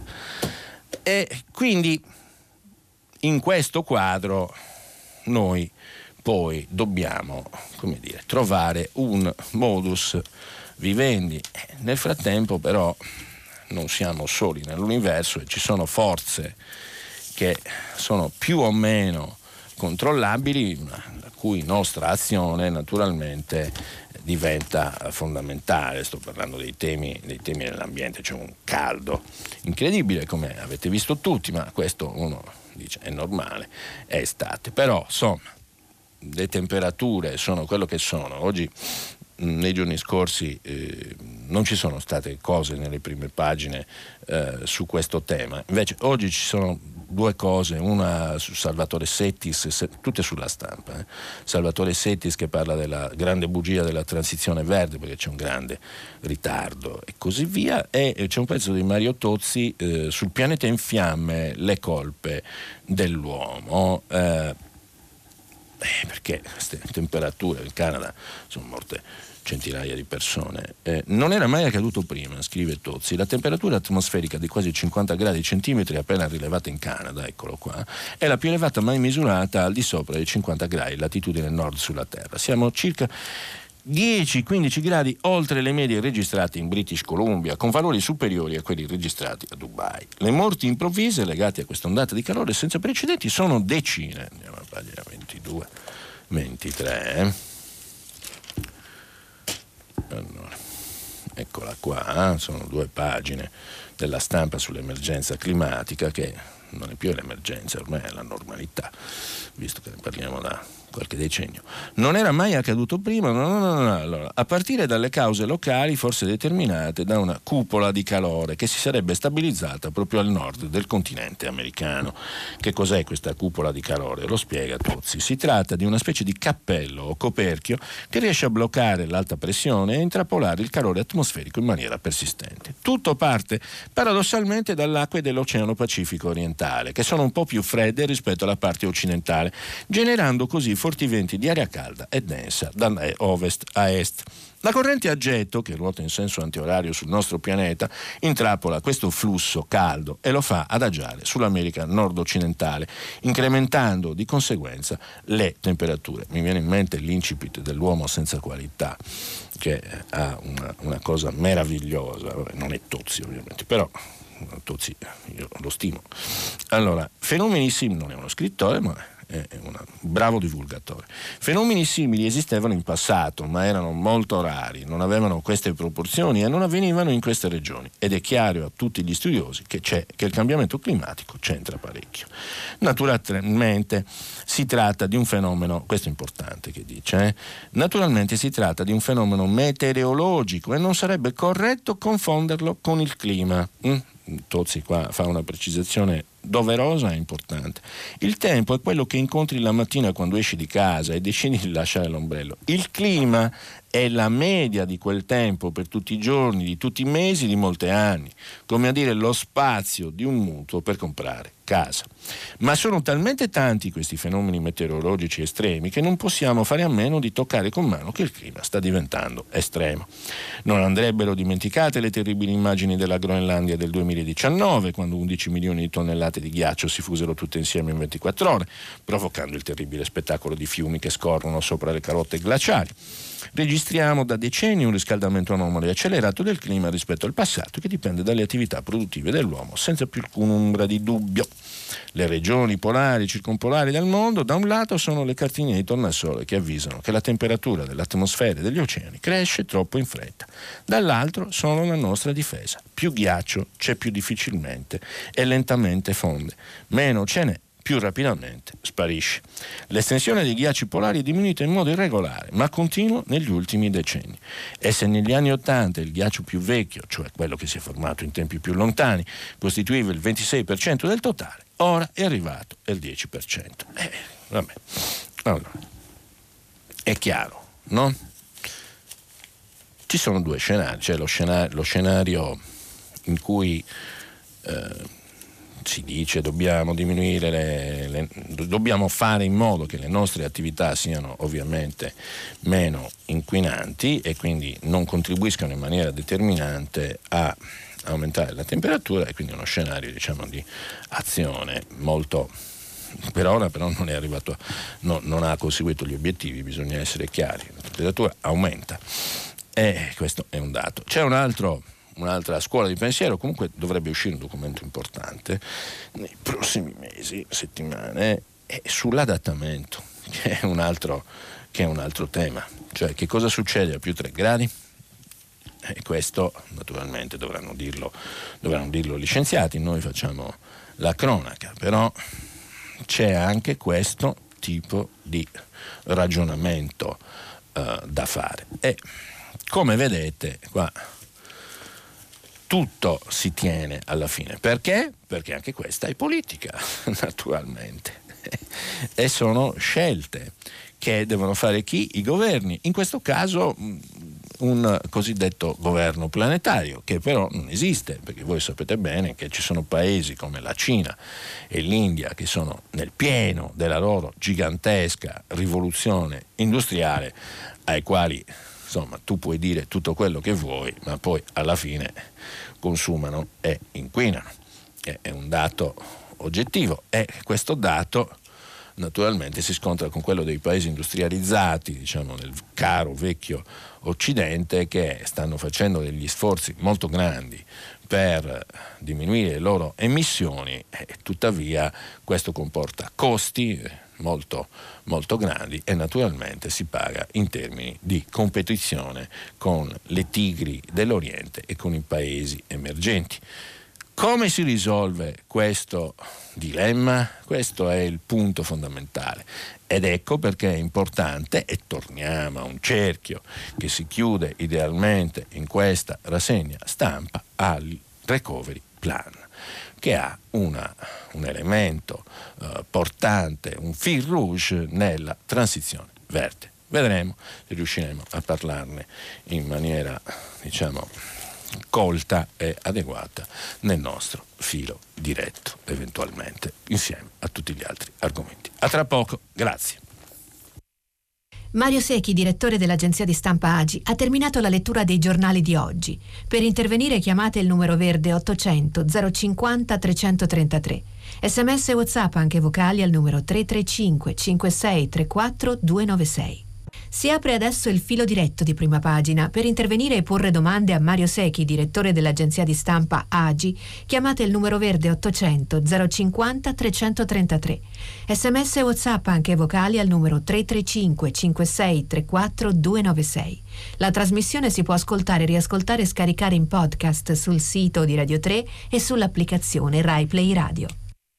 E quindi in questo quadro noi poi dobbiamo, come dire, trovare un modus vivendi. Nel frattempo però non siamo soli nell'universo e ci sono forze che sono più o meno controllabili, la cui nostra azione naturalmente diventa fondamentale. Sto parlando dei temi dell'ambiente. C'è un caldo incredibile, come avete visto tutti, ma questo uno dice è normale, è estate. Però insomma le temperature sono quello che sono. Oggi, nei giorni scorsi, non ci sono state cose nelle prime pagine su questo tema. Invece oggi ci sono 2 cose, una su Salvatore Settis, tutte sulla Stampa. Salvatore Settis che parla della grande bugia della transizione verde, perché c'è un grande ritardo e così via, e c'è un pezzo di Mario Tozzi sul pianeta in fiamme, le colpe dell'uomo. Perché queste temperature in Canada sono morte centinaia di persone. Non era mai accaduto prima, scrive Tozzi. La temperatura atmosferica di quasi 50 gradi centimetri appena rilevata in Canada, eccolo qua, è la più elevata mai misurata al di sopra dei 50 gradi latitudine nord sulla Terra. Siamo circa 10-15 gradi oltre le medie registrate in British Columbia, con valori superiori a quelli registrati a Dubai. Le morti improvvise legate a questa ondata di calore senza precedenti sono decine. Andiamo a pagina 22, 23. Allora, eccola qua, sono 2 pagine della Stampa sull'emergenza climatica, che non è più l'emergenza, ormai è la normalità, visto che ne parliamo da qualche decennio. Non era mai accaduto prima, no. Allora, a partire dalle cause locali forse determinate da una cupola di calore che si sarebbe stabilizzata proprio al nord del continente americano. Che cos'è questa cupola di calore? Lo spiega Tozzi. Si tratta di una specie di cappello o coperchio che riesce a bloccare l'alta pressione e intrappolare il calore atmosferico in maniera persistente. Tutto parte paradossalmente dalle acque dell'Oceano Pacifico orientale, che sono un po' più fredde rispetto alla parte occidentale, generando così forti venti di aria calda e densa da ovest a est. La corrente a getto, che ruota in senso antiorario sul nostro pianeta, intrappola questo flusso caldo e lo fa adagiare sull'America nord-occidentale, incrementando di conseguenza le temperature. Mi viene in mente l'incipit dell'uomo senza qualità, che ha una cosa meravigliosa. Non è Tozzi ovviamente, però Tozzi io lo stimo. Allora, fenomeni simili, non è uno scrittore, ma è un bravo divulgatore. Fenomeni simili esistevano in passato, ma erano molto rari, non avevano queste proporzioni e non avvenivano in queste regioni, ed è chiaro a tutti gli studiosi che il cambiamento climatico c'entra parecchio. Naturalmente si tratta di un fenomeno, questo è importante che dice, naturalmente si tratta di un fenomeno meteorologico e non sarebbe corretto confonderlo con il clima. Tozzi qua fa una precisazione doverosa e importante. Il tempo è quello che incontri la mattina quando esci di casa e decidi di lasciare l'ombrello. Il clima è la media di quel tempo per tutti i giorni, di tutti i mesi, di molti anni, come a dire lo spazio di un mutuo per comprare casa. Ma sono talmente tanti questi fenomeni meteorologici estremi che non possiamo fare a meno di toccare con mano che il clima sta diventando estremo. Non andrebbero dimenticate le terribili immagini della Groenlandia del 2019, quando 11 milioni di tonnellate di ghiaccio si fusero tutte insieme in 24 ore, provocando il terribile spettacolo di fiumi che scorrono sopra le calotte glaciali. Registriamo da decenni un riscaldamento anomalo e accelerato del clima rispetto al passato, che dipende dalle attività produttive dell'uomo, senza più alcuna ombra di dubbio. Le regioni polari e circumpolari del mondo, da un lato, sono le cartine di tornasole che avvisano che la temperatura dell'atmosfera e degli oceani cresce troppo in fretta. Dall'altro sono la nostra difesa. Più ghiaccio c'è, più difficilmente e lentamente fonde. Meno ce n'è, più rapidamente sparisce. L'estensione dei ghiacci polari è diminuita in modo irregolare, ma continua negli ultimi decenni. E se negli anni '80 il ghiaccio più vecchio, cioè quello che si è formato in tempi più lontani, costituiva il 26% del totale, ora è arrivato al 10%. Vabbè. Allora, è chiaro, no? Ci sono due scenari, cioè lo scenario in cui si dice dobbiamo diminuire dobbiamo fare in modo che le nostre attività siano ovviamente meno inquinanti e quindi non contribuiscano in maniera determinante a aumentare la temperatura, e quindi uno scenario, diciamo, di azione molto, per ora però non è arrivato, non ha conseguito gli obiettivi, bisogna essere chiari, la temperatura aumenta e questo è un dato. C'è un'altra scuola di pensiero, comunque dovrebbe uscire un documento importante nei prossimi mesi, settimane, sull'adattamento, che è un altro tema, cioè che cosa succede a più 3 gradi? E questo naturalmente dovranno dirlo gli scienziati, noi facciamo la cronaca, però c'è anche questo tipo di ragionamento da fare. E come vedete qua tutto si tiene alla fine. Perché? Perché anche questa è politica, naturalmente. E sono scelte che devono fare chi? I governi. In questo caso un cosiddetto governo planetario, che però non esiste, perché voi sapete bene che ci sono paesi come la Cina e l'India che sono nel pieno della loro gigantesca rivoluzione industriale, ai quali insomma tu puoi dire tutto quello che vuoi, ma poi alla fine consumano e inquinano. È un dato oggettivo, e questo dato naturalmente si scontra con quello dei paesi industrializzati, diciamo del caro vecchio Occidente, che stanno facendo degli sforzi molto grandi per diminuire le loro emissioni, e tuttavia questo comporta costi molto, molto grandi e naturalmente si paga in termini di competizione con le tigri dell'Oriente e con i paesi emergenti. Come si risolve questo dilemma? Questo è il punto fondamentale, ed ecco perché è importante, e torniamo a un cerchio che si chiude idealmente in questa rassegna stampa, al Recovery Plan, che ha un elemento portante, un fil rouge nella transizione verde. Vedremo se riusciremo a parlarne in maniera, diciamo, colta e adeguata nel nostro filo diretto, eventualmente insieme a tutti gli altri argomenti. A tra poco, grazie. Mario Secchi, direttore dell'agenzia di stampa AGI, ha terminato la lettura dei giornali di oggi. Per intervenire chiamate il numero verde 800 050 333. SMS e WhatsApp anche vocali al numero 335 56 34 296. Si apre adesso il filo diretto di Prima Pagina. Per intervenire e porre domande a Mario Secchi, direttore dell'agenzia di stampa AGI, chiamate il numero verde 800 050 333. SMS e WhatsApp anche vocali al numero 335 56 34 296. La trasmissione si può ascoltare, riascoltare e scaricare in podcast sul sito di Radio 3 e sull'applicazione Rai Play Radio.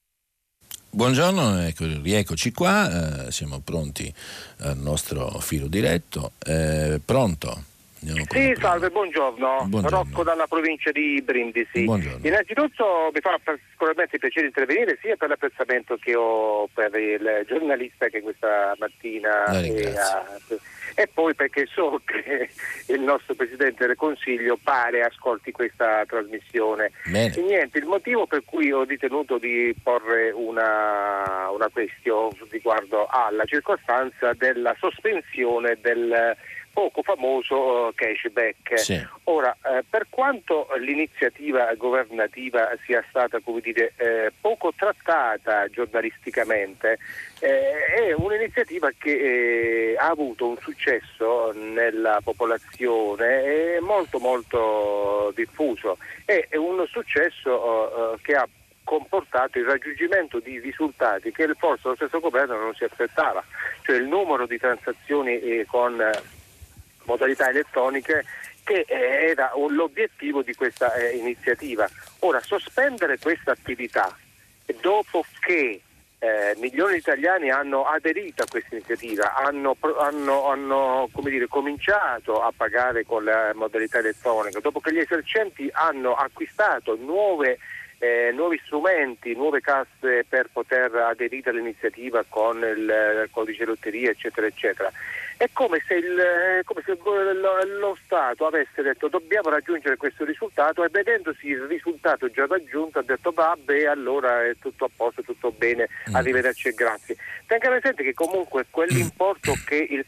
Buongiorno, rieccoci qua, siamo pronti al nostro filo diretto. Pronto? Sì, salve, buongiorno. Rocco dalla provincia di Brindisi. Buongiorno. Innanzitutto mi fa particolarmente piacere intervenire sia per l'apprezzamento che ho per il giornalista che questa mattina e poi perché so che il nostro Presidente del Consiglio pare ascolti questa trasmissione. Bene. E niente, il motivo per cui ho ritenuto di porre una questione riguardo alla circostanza della sospensione del poco famoso cashback. Sì. Ora, per quanto l'iniziativa governativa sia stata, come dire, poco trattata giornalisticamente, è un'iniziativa che ha avuto un successo nella popolazione molto molto diffuso. È un successo che ha comportato il raggiungimento di risultati che forse lo stesso governo non si aspettava, cioè il numero di transazioni con modalità elettroniche che era l'obiettivo di questa iniziativa. Ora, sospendere questa attività dopo che milioni di italiani hanno aderito a questa iniziativa, hanno come dire, cominciato a pagare con la modalità elettronica, dopo che gli esercenti hanno acquistato nuovi strumenti, nuove casse per poter aderire all'iniziativa con il codice lotteria, eccetera, eccetera. È come se lo Stato avesse detto dobbiamo raggiungere questo risultato e vedendosi il risultato già raggiunto ha detto vabbè, allora è tutto a posto, tutto bene, arrivederci e grazie. Tenga presente che comunque quell'importo che il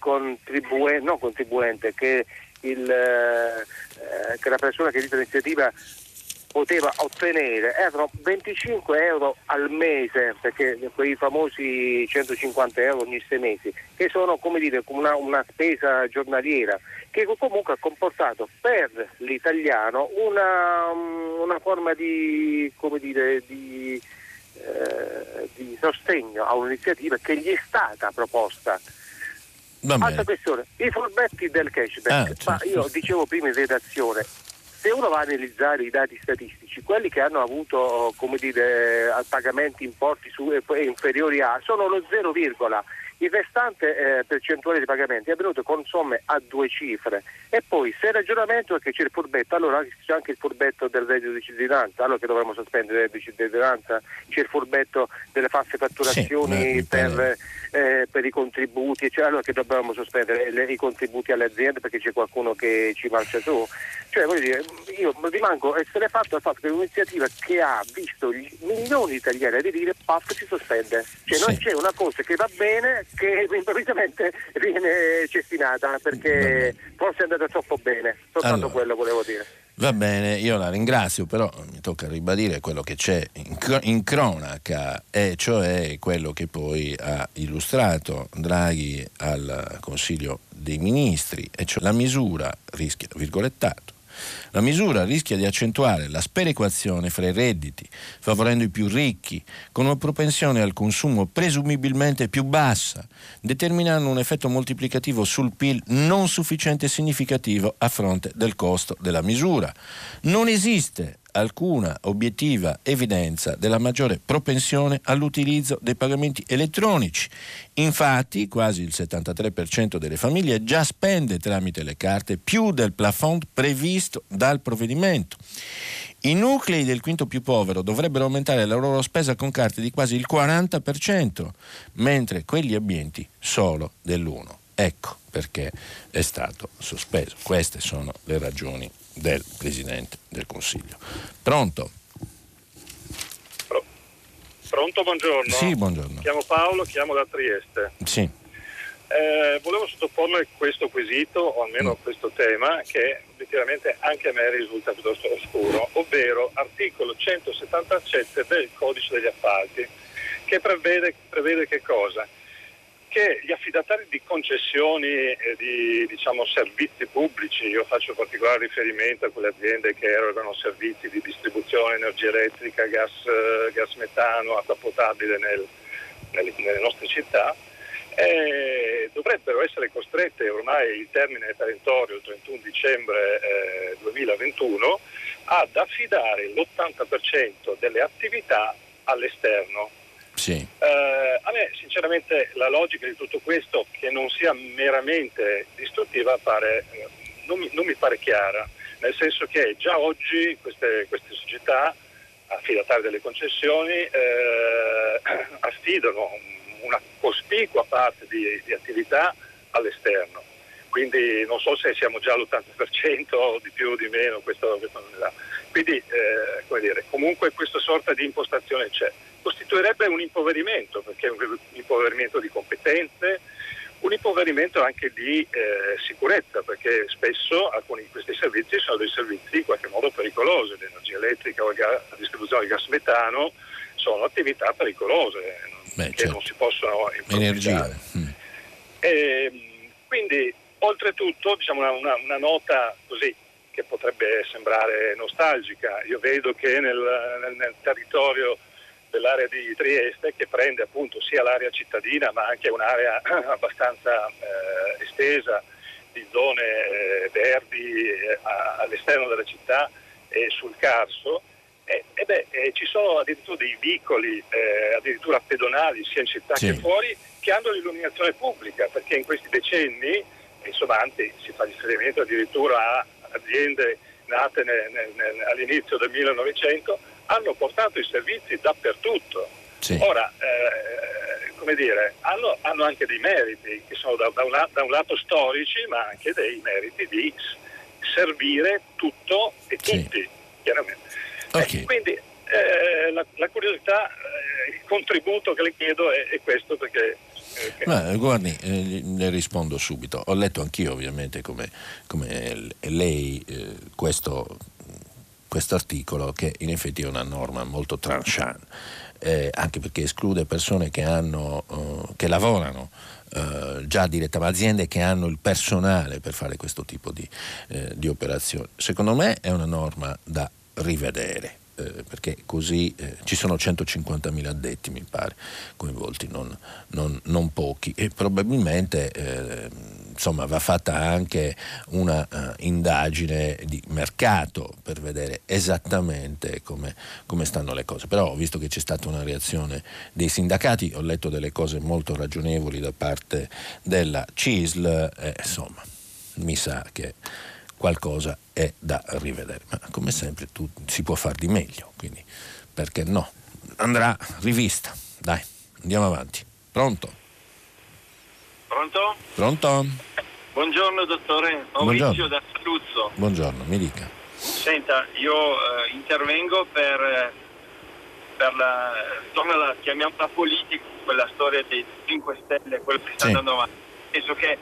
che la persona che edita l'iniziativa poteva ottenere erano 25 euro al mese, perché quei famosi 150 euro ogni 6 mesi, che sono, come dire, una spesa giornaliera, che comunque ha comportato per l'italiano una forma di, come dire, di sostegno a un'iniziativa che gli è stata proposta. Altra questione, i furbetti del cashback. Certo. Ma io dicevo prima in redazione, se uno va a analizzare i dati statistici, quelli che hanno avuto, come dire, pagamenti importi inferiori a sono lo 0, il restante percentuale di pagamenti è avvenuto con somme a 2 cifre. E poi se il ragionamento è che c'è il furbetto, allora c'è anche il furbetto del reddito di cittadinanza, allora che dovremmo sospendere il reddito di cittadinanza, c'è il furbetto delle false fatturazioni per i contributi, cioè allora che dobbiamo sospendere i contributi alle aziende perché c'è qualcuno che ci marcia su. Cioè, voglio dire, io rimango esterrefatto al fatto che è un'iniziativa che ha visto milioni di italiani aderire, si sospende. Cioè non c'è una cosa che va bene che improvvisamente viene cestinata perché forse è andata troppo bene. Soltanto quello volevo dire. Va bene, io la ringrazio, però mi tocca ribadire quello che c'è in cronaca, e cioè quello che poi ha illustrato Draghi al Consiglio dei Ministri, e cioè la misura rischia, virgolettato, la misura rischia di accentuare la sperequazione fra i redditi, favorendo i più ricchi, con una propensione al consumo presumibilmente più bassa, determinando un effetto moltiplicativo sul PIL non sufficiente e significativo a fronte del costo della misura. Non esiste alcuna obiettiva evidenza della maggiore propensione all'utilizzo dei pagamenti elettronici. Infatti, quasi il 73% delle famiglie già spende tramite le carte più del plafond previsto dal provvedimento. I nuclei del quinto più povero dovrebbero aumentare la loro spesa con carte di quasi il 40%, mentre quelli abbienti solo dell'1%. Ecco perché è stato sospeso. Queste sono le ragioni del Presidente del Consiglio. Pronto? Pronto, buongiorno. Sì, buongiorno. Chiamo Paolo, chiamo da Trieste. Sì. Volevo sottoporle questo quesito, o almeno questo tema, che effettivamente anche a me risulta piuttosto oscuro, ovvero articolo 177 del Codice degli Appalti, che prevede che cosa? Che gli affidatari di concessioni e di servizi pubblici, io faccio particolare riferimento a quelle aziende che erogano servizi di distribuzione, energia elettrica, gas metano, acqua potabile nelle nostre città, dovrebbero essere costrette, ormai il termine è perentorio, il 31 dicembre 2021, ad affidare l'80% delle attività all'esterno. Sì. A me sinceramente la logica di tutto questo, che non sia meramente distruttiva, pare non mi pare chiara, nel senso che già oggi queste società affidatarie delle concessioni affidano una cospicua parte di attività all'esterno, quindi non so se siamo già all'80% o di più o di meno, questo non è là. Quindi comunque questa sorta di impostazione c'è. Costituirebbe un impoverimento, perché è un impoverimento di competenze, un impoverimento anche di sicurezza, perché spesso alcuni di questi servizi sono dei servizi in qualche modo pericolosi. L'energia elettrica o la distribuzione di gas metano sono attività pericolose che non si possono improvvisare. Quindi oltretutto, diciamo, una nota così che potrebbe sembrare nostalgica, io vedo che nel territorio dell'area di Trieste, che prende appunto sia l'area cittadina ma anche un'area abbastanza estesa di zone verdi all'esterno della città e sul Carso, ci sono addirittura dei vicoli addirittura pedonali sia in città che fuori, che hanno l'illuminazione pubblica, perché in questi decenni, insomma, anzi si fa riferimento addirittura a aziende nate all'inizio del 1900, hanno portato i servizi dappertutto. Sì. Ora, hanno anche dei meriti che sono da un lato storici, ma anche dei meriti di servire tutto e tutti, chiaramente. Okay. Quindi la curiosità, il contributo che le chiedo è questo, perché ma guardi, le rispondo subito. Ho letto anch'io ovviamente come lei questo articolo, che in effetti è una norma molto tranchant, anche perché esclude persone che lavorano già direttamente, aziende che hanno il personale per fare questo tipo di operazioni. Secondo me è una norma da rivedere, perché così ci sono 150.000 addetti, mi pare, coinvolti, non pochi, e probabilmente insomma va fatta anche una indagine di mercato per vedere esattamente come stanno le cose. Però ho visto che c'è stata una reazione dei sindacati, ho letto delle cose molto ragionevoli da parte della CISL, insomma mi sa che qualcosa è da rivedere, ma come sempre si può far di meglio, quindi perché no? Andrà rivista. Dai, andiamo avanti. Pronto? Pronto? Buongiorno dottore, Maurizio da Saluzzo. Buongiorno, mi dica. Senta, io intervengo per la chiamiamola politica, quella storia dei 5 Stelle, quello che sta andando avanti. Penso che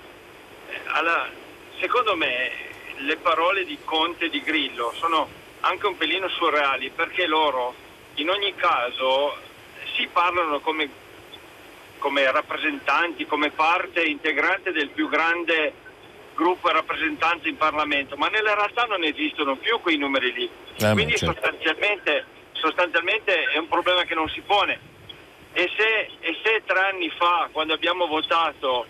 secondo me le parole di Conte e di Grillo sono anche un pelino surreali, perché loro in ogni caso si parlano come rappresentanti, come parte integrante del più grande gruppo rappresentante in Parlamento, ma nella realtà non esistono più quei numeri lì. Quindi sostanzialmente è un problema che non si pone. E se 3 anni fa, quando abbiamo votato,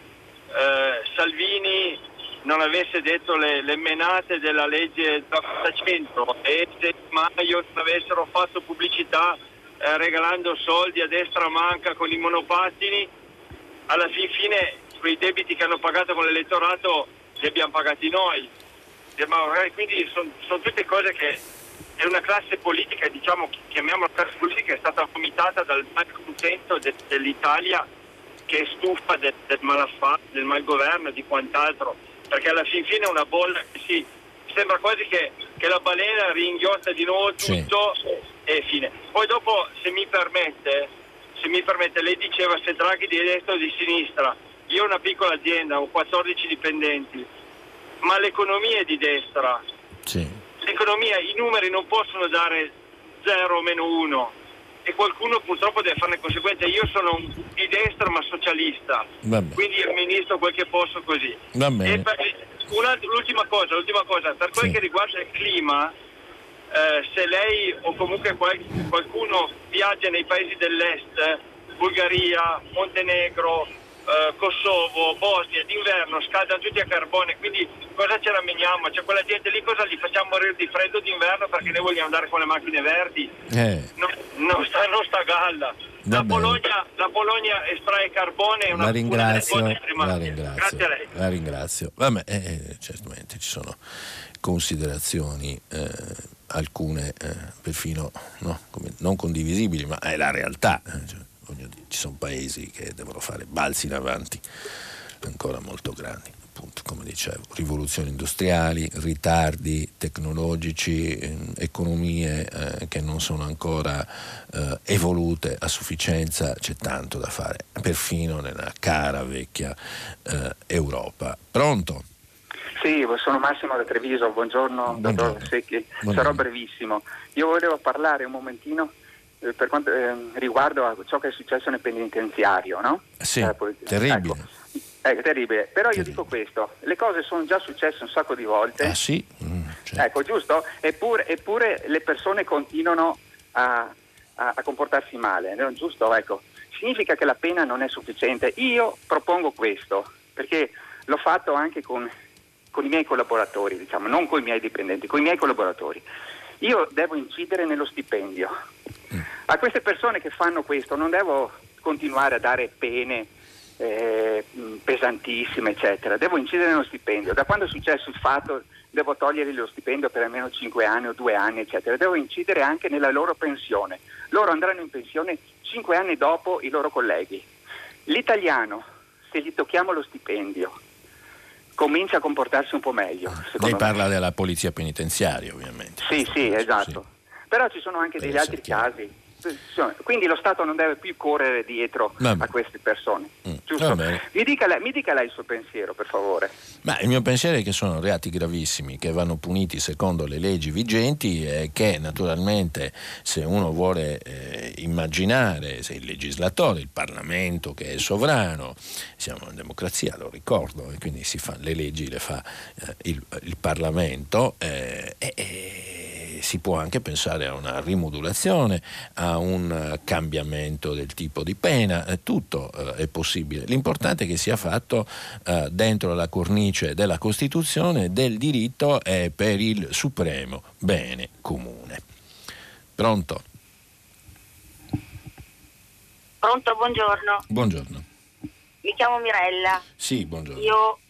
Salvini non avesse detto le menate della legge 100 e se Maio non avessero fatto pubblicità regalando soldi a destra manca con i monopattini, alla fine quei debiti che hanno pagato con l'elettorato li abbiamo pagati noi. Quindi sono tutte cose che è una classe politica, diciamo, chiamiamola classe politica, che è stata vomitata dal malcontento dell'Italia, che è stufa del malaffare, del malgoverno e di quant'altro, perché alla fine è una bolla che sembra quasi che la balena ringhiotta di nuovo tutto e fine. Poi dopo, se mi permette, lei diceva se Draghi di destra o di sinistra. Io ho una piccola azienda, ho 14 dipendenti, ma l'economia è di destra. L'economia, i numeri non possono dare 0 o meno 1 e qualcuno purtroppo deve fare le conseguenze. Io sono di destra ma socialista, quindi amministro quel che posso così. E l'ultima cosa, per quel che riguarda il clima, se lei o comunque qualcuno viaggia nei paesi dell'est, Bulgaria, Montenegro, Kosovo, Bosnia, d'inverno scaldano tutti a carbone, quindi cosa ce la meniamo? Cioè quella gente lì cosa li facciamo morire di freddo d'inverno perché noi vogliamo andare con le macchine verdi? Non sta a galla. La Polonia estrae carbone e una la ringrazio. Grazie a lei. La ringrazio. Vabbè, certamente ci sono considerazioni, alcune perfino non condivisibili, ma è la realtà. Ci sono paesi che devono fare balzi in avanti ancora molto grandi. Appunto, come dicevo, rivoluzioni industriali, ritardi tecnologici, economie che non sono ancora evolute a sufficienza, c'è tanto da fare, perfino nella cara vecchia Europa. Pronto? Sì, sono Massimo da Treviso, buongiorno. Dottor Secchi. Sarò brevissimo. Io volevo parlare un momentino per quanto riguardo a ciò che è successo nel penitenziario, no? Sì, terribile. Ecco. Terribile, però io dico questo, le cose sono già successe un sacco di volte. Ah sì? Certo. Ecco, giusto? Eppure le persone continuano a comportarsi male, no? Giusto? Ecco, significa che la pena non è sufficiente. Io propongo questo, perché l'ho fatto anche con i miei collaboratori, diciamo, non con i miei dipendenti, con i miei collaboratori. Io devo incidere nello stipendio. A queste persone che fanno questo non devo continuare a dare pene pesantissime, eccetera. Devo incidere nello stipendio. Da quando è successo il fatto, devo togliergli lo stipendio per almeno 5 anni o 2 anni, eccetera. Devo incidere anche nella loro pensione. Loro andranno in pensione 5 anni dopo i loro colleghi. L'italiano, se gli tocchiamo lo stipendio, comincia a comportarsi un po' meglio. Lei parla della polizia penitenziaria, ovviamente. Sì, esatto. Sì. Però ci sono anche degli altri casi. Quindi lo Stato non deve più correre dietro a queste persone. Giusto? Mi dica lei il suo pensiero, per favore. Ma il mio pensiero è che sono reati gravissimi che vanno puniti secondo le leggi vigenti e che naturalmente, se uno vuole immaginare, se il legislatore, il Parlamento che è sovrano, siamo in democrazia, lo ricordo, e quindi le leggi le fa il Parlamento, si può anche pensare a una rimodulazione, a un cambiamento del tipo di pena, tutto è possibile. L'importante è che sia fatto dentro la cornice della Costituzione, del diritto e per il supremo bene comune. Pronto? Pronto, buongiorno. Buongiorno. Mi chiamo Mirella. Sì, buongiorno. Io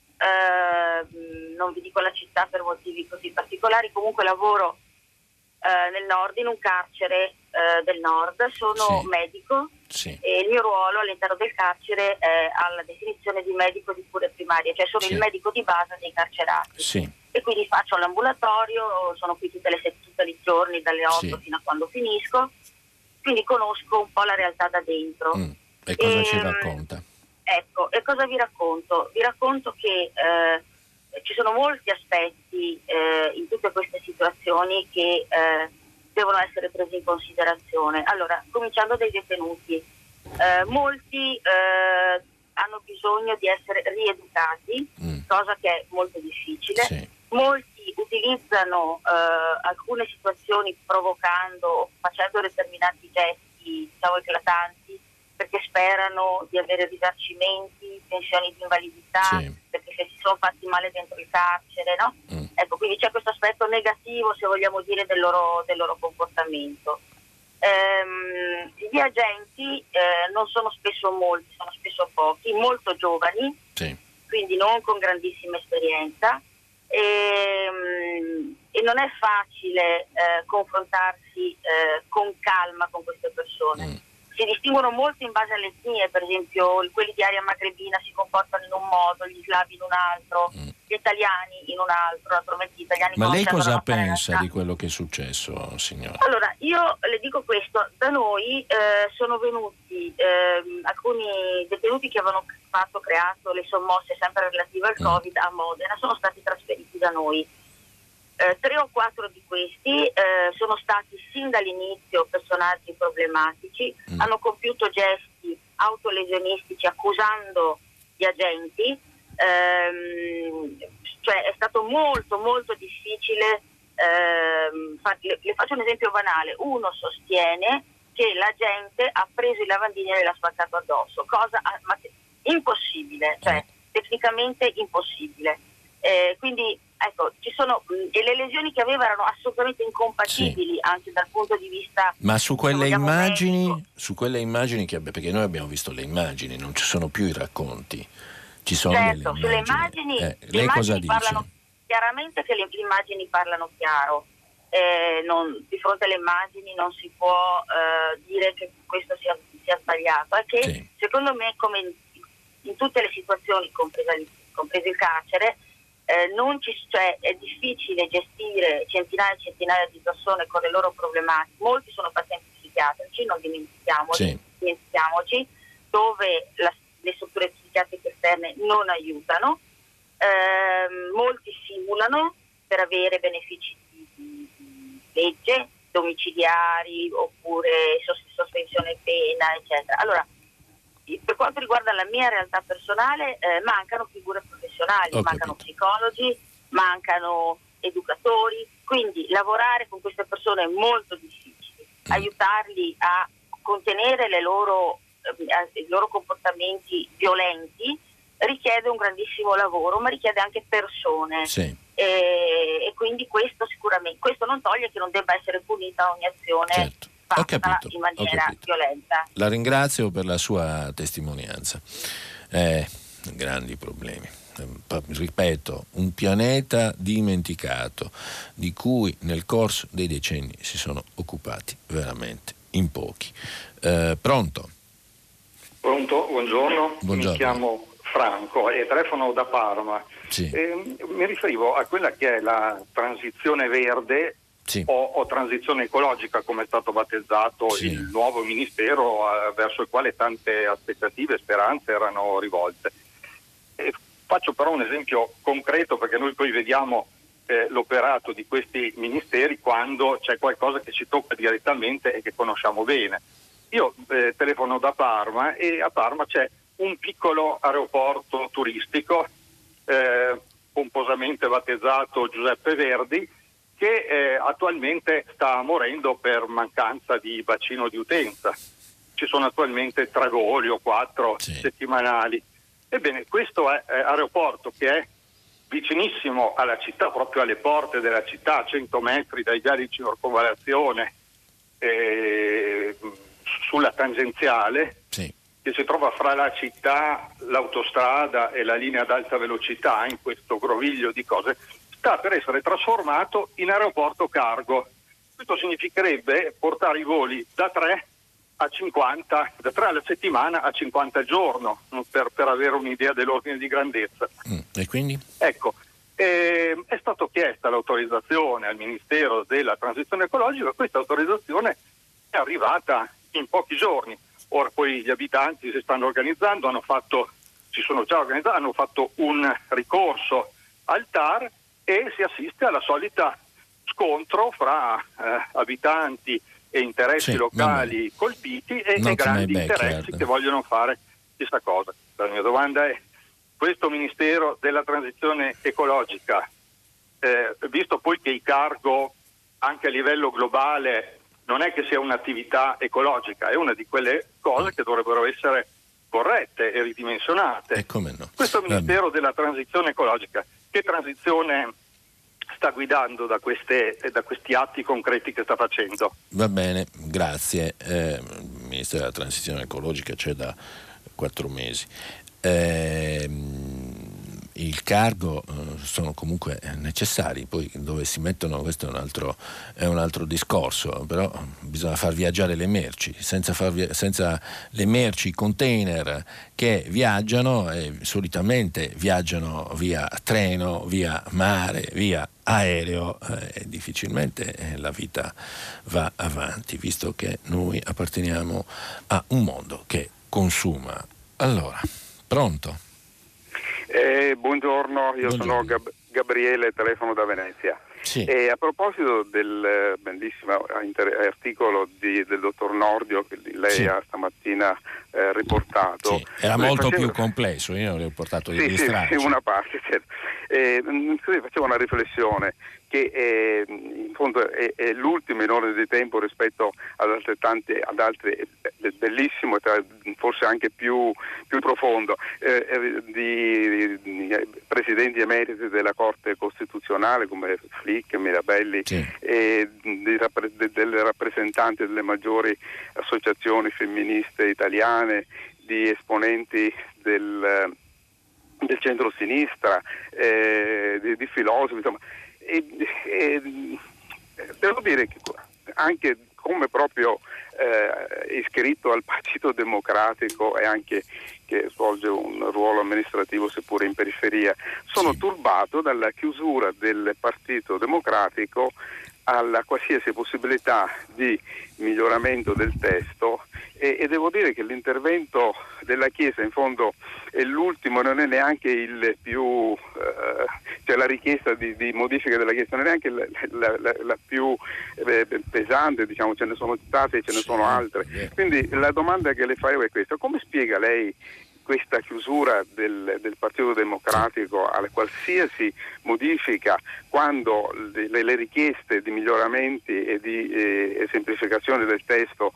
non vi dico la città per motivi così particolari, comunque lavoro nel nord, in un carcere del nord, sono medico e il mio ruolo all'interno del carcere è alla definizione di medico di cure primarie, cioè sono il medico di base dei carcerati e quindi faccio l'ambulatorio, sono qui tutti i giorni dalle 8 fino a quando finisco, quindi conosco un po' la realtà da dentro. E cosa ci racconta? Ecco, e cosa vi racconto? Vi racconto che ci sono molti aspetti in tutte queste situazioni che devono essere presi in considerazione. Allora, cominciando dai detenuti, molti hanno bisogno di essere rieducati, cosa che è molto difficile. Molti utilizzano alcune situazioni provocando o facendo determinati gesti, diciamo, eclatanti, perché sperano di avere risarcimenti, pensioni di invalidità, perché se si sono fatti male dentro il carcere, no? Ecco, quindi c'è questo aspetto negativo, se vogliamo dire, del loro comportamento. Gli agenti non sono spesso molti, sono spesso pochi, molto giovani, quindi non con grandissima esperienza, e non è facile confrontarsi con calma con queste persone. Si distinguono molto in base alle etnie, per esempio quelli di area magrebina si comportano in un modo, gli slavi in un altro, gli italiani in un altro, naturalmente gli italiani. Ma lei cosa pensa di quello che è successo, signora? Allora, io le dico questo, da noi sono venuti alcuni detenuti che avevano creato le sommosse sempre relative al Covid a Modena, sono stati trasferiti da noi. 3 o 4 di questi sono stati sin dall'inizio personaggi problematici, hanno compiuto gesti autolesionistici accusando gli agenti, cioè è stato molto molto difficile. Le faccio un esempio banale: uno sostiene che l'agente ha preso il lavandino e l'ha spaccato addosso, cosa impossibile, cioè tecnicamente impossibile. Quindi ecco, ci sono e le lesioni che aveva erano assolutamente incompatibili anche dal punto di vista. Ma su quelle immagini, medico. perché noi abbiamo visto le immagini, non ci sono più i racconti, ci sono certo, delle immagini. Sulle immagini, Lei cosa dice? parlano chiaramente, che le immagini parlano chiaro. Di fronte alle immagini non si può dire che questo sia sbagliato, è che secondo me, come in tutte le situazioni, compreso il carcere, è difficile gestire centinaia e centinaia di persone con le loro problematiche. Molti sono pazienti psichiatrici, non dimentichiamoci, dove le strutture psichiatriche esterne non aiutano, molti simulano per avere benefici di legge, domiciliari oppure sospensione pena, eccetera. Allora, per quanto riguarda la mia realtà personale, mancano figure professionali, mancano psicologi, mancano educatori, quindi lavorare con queste persone è molto difficile, aiutarli a contenere i loro comportamenti violenti richiede un grandissimo lavoro, ma richiede anche persone. E quindi questo sicuramente, questo non toglie che non debba essere punita ogni azione fatta in maniera violenta. La ringrazio per la sua testimonianza. Grandi problemi. Ripeto, un pianeta dimenticato di cui nel corso dei decenni si sono occupati veramente in pochi. Pronto? Pronto, buongiorno. Buongiorno. Mi chiamo Franco e telefono da Parma. Mi riferivo a quella che è la transizione verde o transizione ecologica, come è stato battezzato il nuovo ministero verso il quale tante aspettative e speranze erano rivolte. Faccio però un esempio concreto, perché noi poi vediamo l'operato di questi ministeri quando c'è qualcosa che ci tocca direttamente e che conosciamo bene. Io telefono da Parma e a Parma c'è un piccolo aeroporto turistico pomposamente battezzato Giuseppe Verdi, che attualmente sta morendo per mancanza di bacino di utenza. Ci sono attualmente 3 voli o 4 settimanali. Ebbene, questo è aeroporto che è vicinissimo alla città, proprio alle porte della città, a 100 metri dai viali di circonvallazione, sulla tangenziale, che si trova fra la città, l'autostrada e la linea ad alta velocità, in questo groviglio di cose, sta per essere trasformato in aeroporto cargo. Questo significherebbe portare i voli da 3 a 50, da 3 alla settimana a 50 al giorno, per avere un'idea dell'ordine di grandezza. E quindi? Ecco, è stato chiesta l'autorizzazione al Ministero della Transizione Ecologica. Questa autorizzazione è arrivata in pochi giorni. Ora poi gli abitanti si stanno organizzando, hanno fatto un ricorso al TAR e si assiste alla solita scontro fra abitanti e interessi locali colpiti e grandi interessi che vogliono fare questa cosa. La mia domanda è: questo Ministero della Transizione Ecologica, visto poi che i cargo anche a livello globale non è che sia un'attività ecologica, è una di quelle cose che dovrebbero essere corrette e ridimensionate. E come no? Questo Ministero della Transizione Ecologica, che transizione sta guidando da questi atti concreti che sta facendo? Va bene, grazie. Il Ministero della Transizione Ecologica c'è da 4 mesi. Il cargo sono comunque necessari, poi dove si mettono, questo è un altro discorso, però bisogna far viaggiare le merci. Senza le merci, i container che viaggiano, solitamente viaggiano via treno, via mare, via aereo, difficilmente la vita va avanti, visto che noi apparteniamo a un mondo che consuma. Allora, pronto? Buongiorno, io sono Gabriele, telefono da Venezia. E a proposito del bellissimo articolo del dottor Nordio che lei ha stamattina riportato, era molto più complesso, io l'ho portato di strada. Una parte, certo. Facevo una riflessione che in fondo è l'ultimo in ordine di tempo rispetto ad altre bellissimo, forse anche più profondo, di presidenti emeriti della Corte Costituzionale come Flick, Mirabelli, e delle rappresentanti delle maggiori associazioni femministe italiane, di esponenti del centro-sinistra, di filosofi, insomma. Devo dire che anche come proprio iscritto al Partito Democratico, e anche che svolge un ruolo amministrativo seppure in periferia, sono turbato dalla chiusura del Partito Democratico alla qualsiasi possibilità di miglioramento del testo, e devo dire che l'intervento della Chiesa in fondo è l'ultimo, non è neanche il più cioè la richiesta di modifica della Chiesa non è neanche la più pesante, diciamo, ce ne sono state e ce ne sono altre. Quindi la domanda che le farei è questa: come spiega lei questa chiusura del Partito Democratico alla qualsiasi modifica, quando le richieste di miglioramenti e di semplificazione del testo,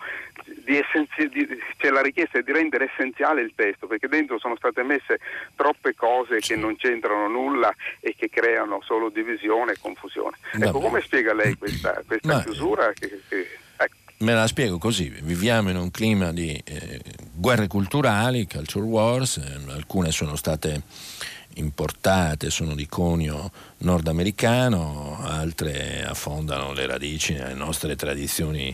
c'è la richiesta di rendere essenziale il testo, perché dentro sono state messe troppe cose che non c'entrano nulla e che creano solo divisione e confusione. Ecco, come spiega lei questa chiusura? Me la spiego così: viviamo in un clima di guerre culturali, culture wars, alcune sono state importate, sono di conio nordamericano, altre affondano le radici nelle nostre tradizioni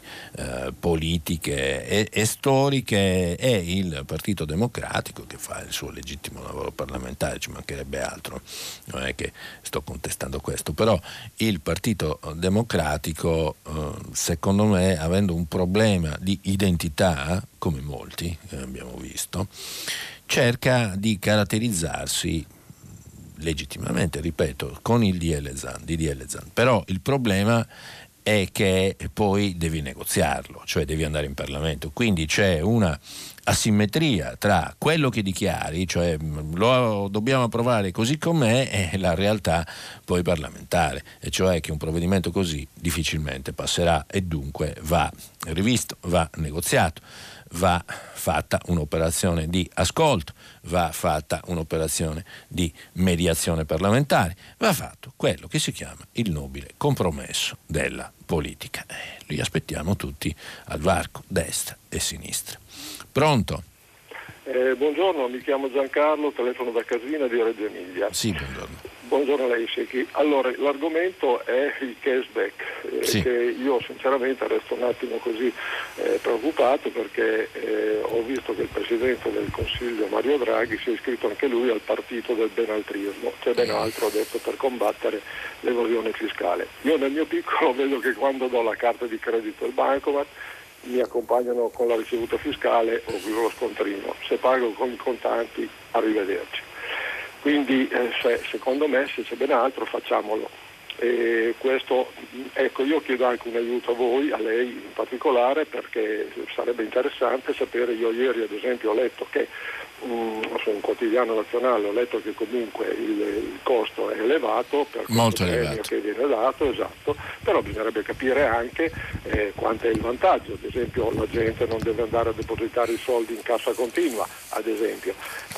politiche e storiche, e il Partito Democratico, che fa il suo legittimo lavoro parlamentare, ci mancherebbe altro, non è che sto contestando questo, però il Partito Democratico secondo me, avendo un problema di identità, come molti abbiamo visto, cerca di caratterizzarsi legittimamente, ripeto, con il DDL Zan, però il problema è che poi devi negoziarlo, cioè devi andare in Parlamento, quindi c'è una asimmetria tra quello che dichiari, cioè lo dobbiamo approvare così com'è, e la realtà poi parlamentare, e cioè che un provvedimento così difficilmente passerà, e dunque va rivisto, va negoziato, va fatta un'operazione di ascolto, va fatta un'operazione di mediazione parlamentare, va fatto quello che si chiama il nobile compromesso della politica. Li aspettiamo tutti al varco, destra e sinistra. Pronto? Buongiorno, mi chiamo Giancarlo, telefono da Casina di Reggio Emilia. Sì, buongiorno. Buongiorno a lei, Secchi. Allora, l'argomento è il cashback, che io sinceramente resto un attimo così preoccupato, perché ho visto che il Presidente del Consiglio Mario Draghi si è iscritto anche lui al partito del benaltrismo, c'è ben altro adesso per combattere l'evasione fiscale. Io nel mio piccolo vedo che quando do la carta di credito al bancomat mi accompagnano con la ricevuta fiscale o con lo scontrino, se pago con i contanti arrivederci. Quindi secondo me, se c'è ben altro, facciamolo. Questo, ecco, io chiedo anche un aiuto a voi, a lei in particolare, perché sarebbe interessante sapere. Io ieri ad esempio ho letto che su un quotidiano nazionale ho letto che comunque il costo è elevato per molto questo elevato che viene dato, esatto, però bisognerebbe capire anche quanto è il vantaggio. Ad esempio la gente non deve andare a depositare i soldi in cassa continua, ad esempio,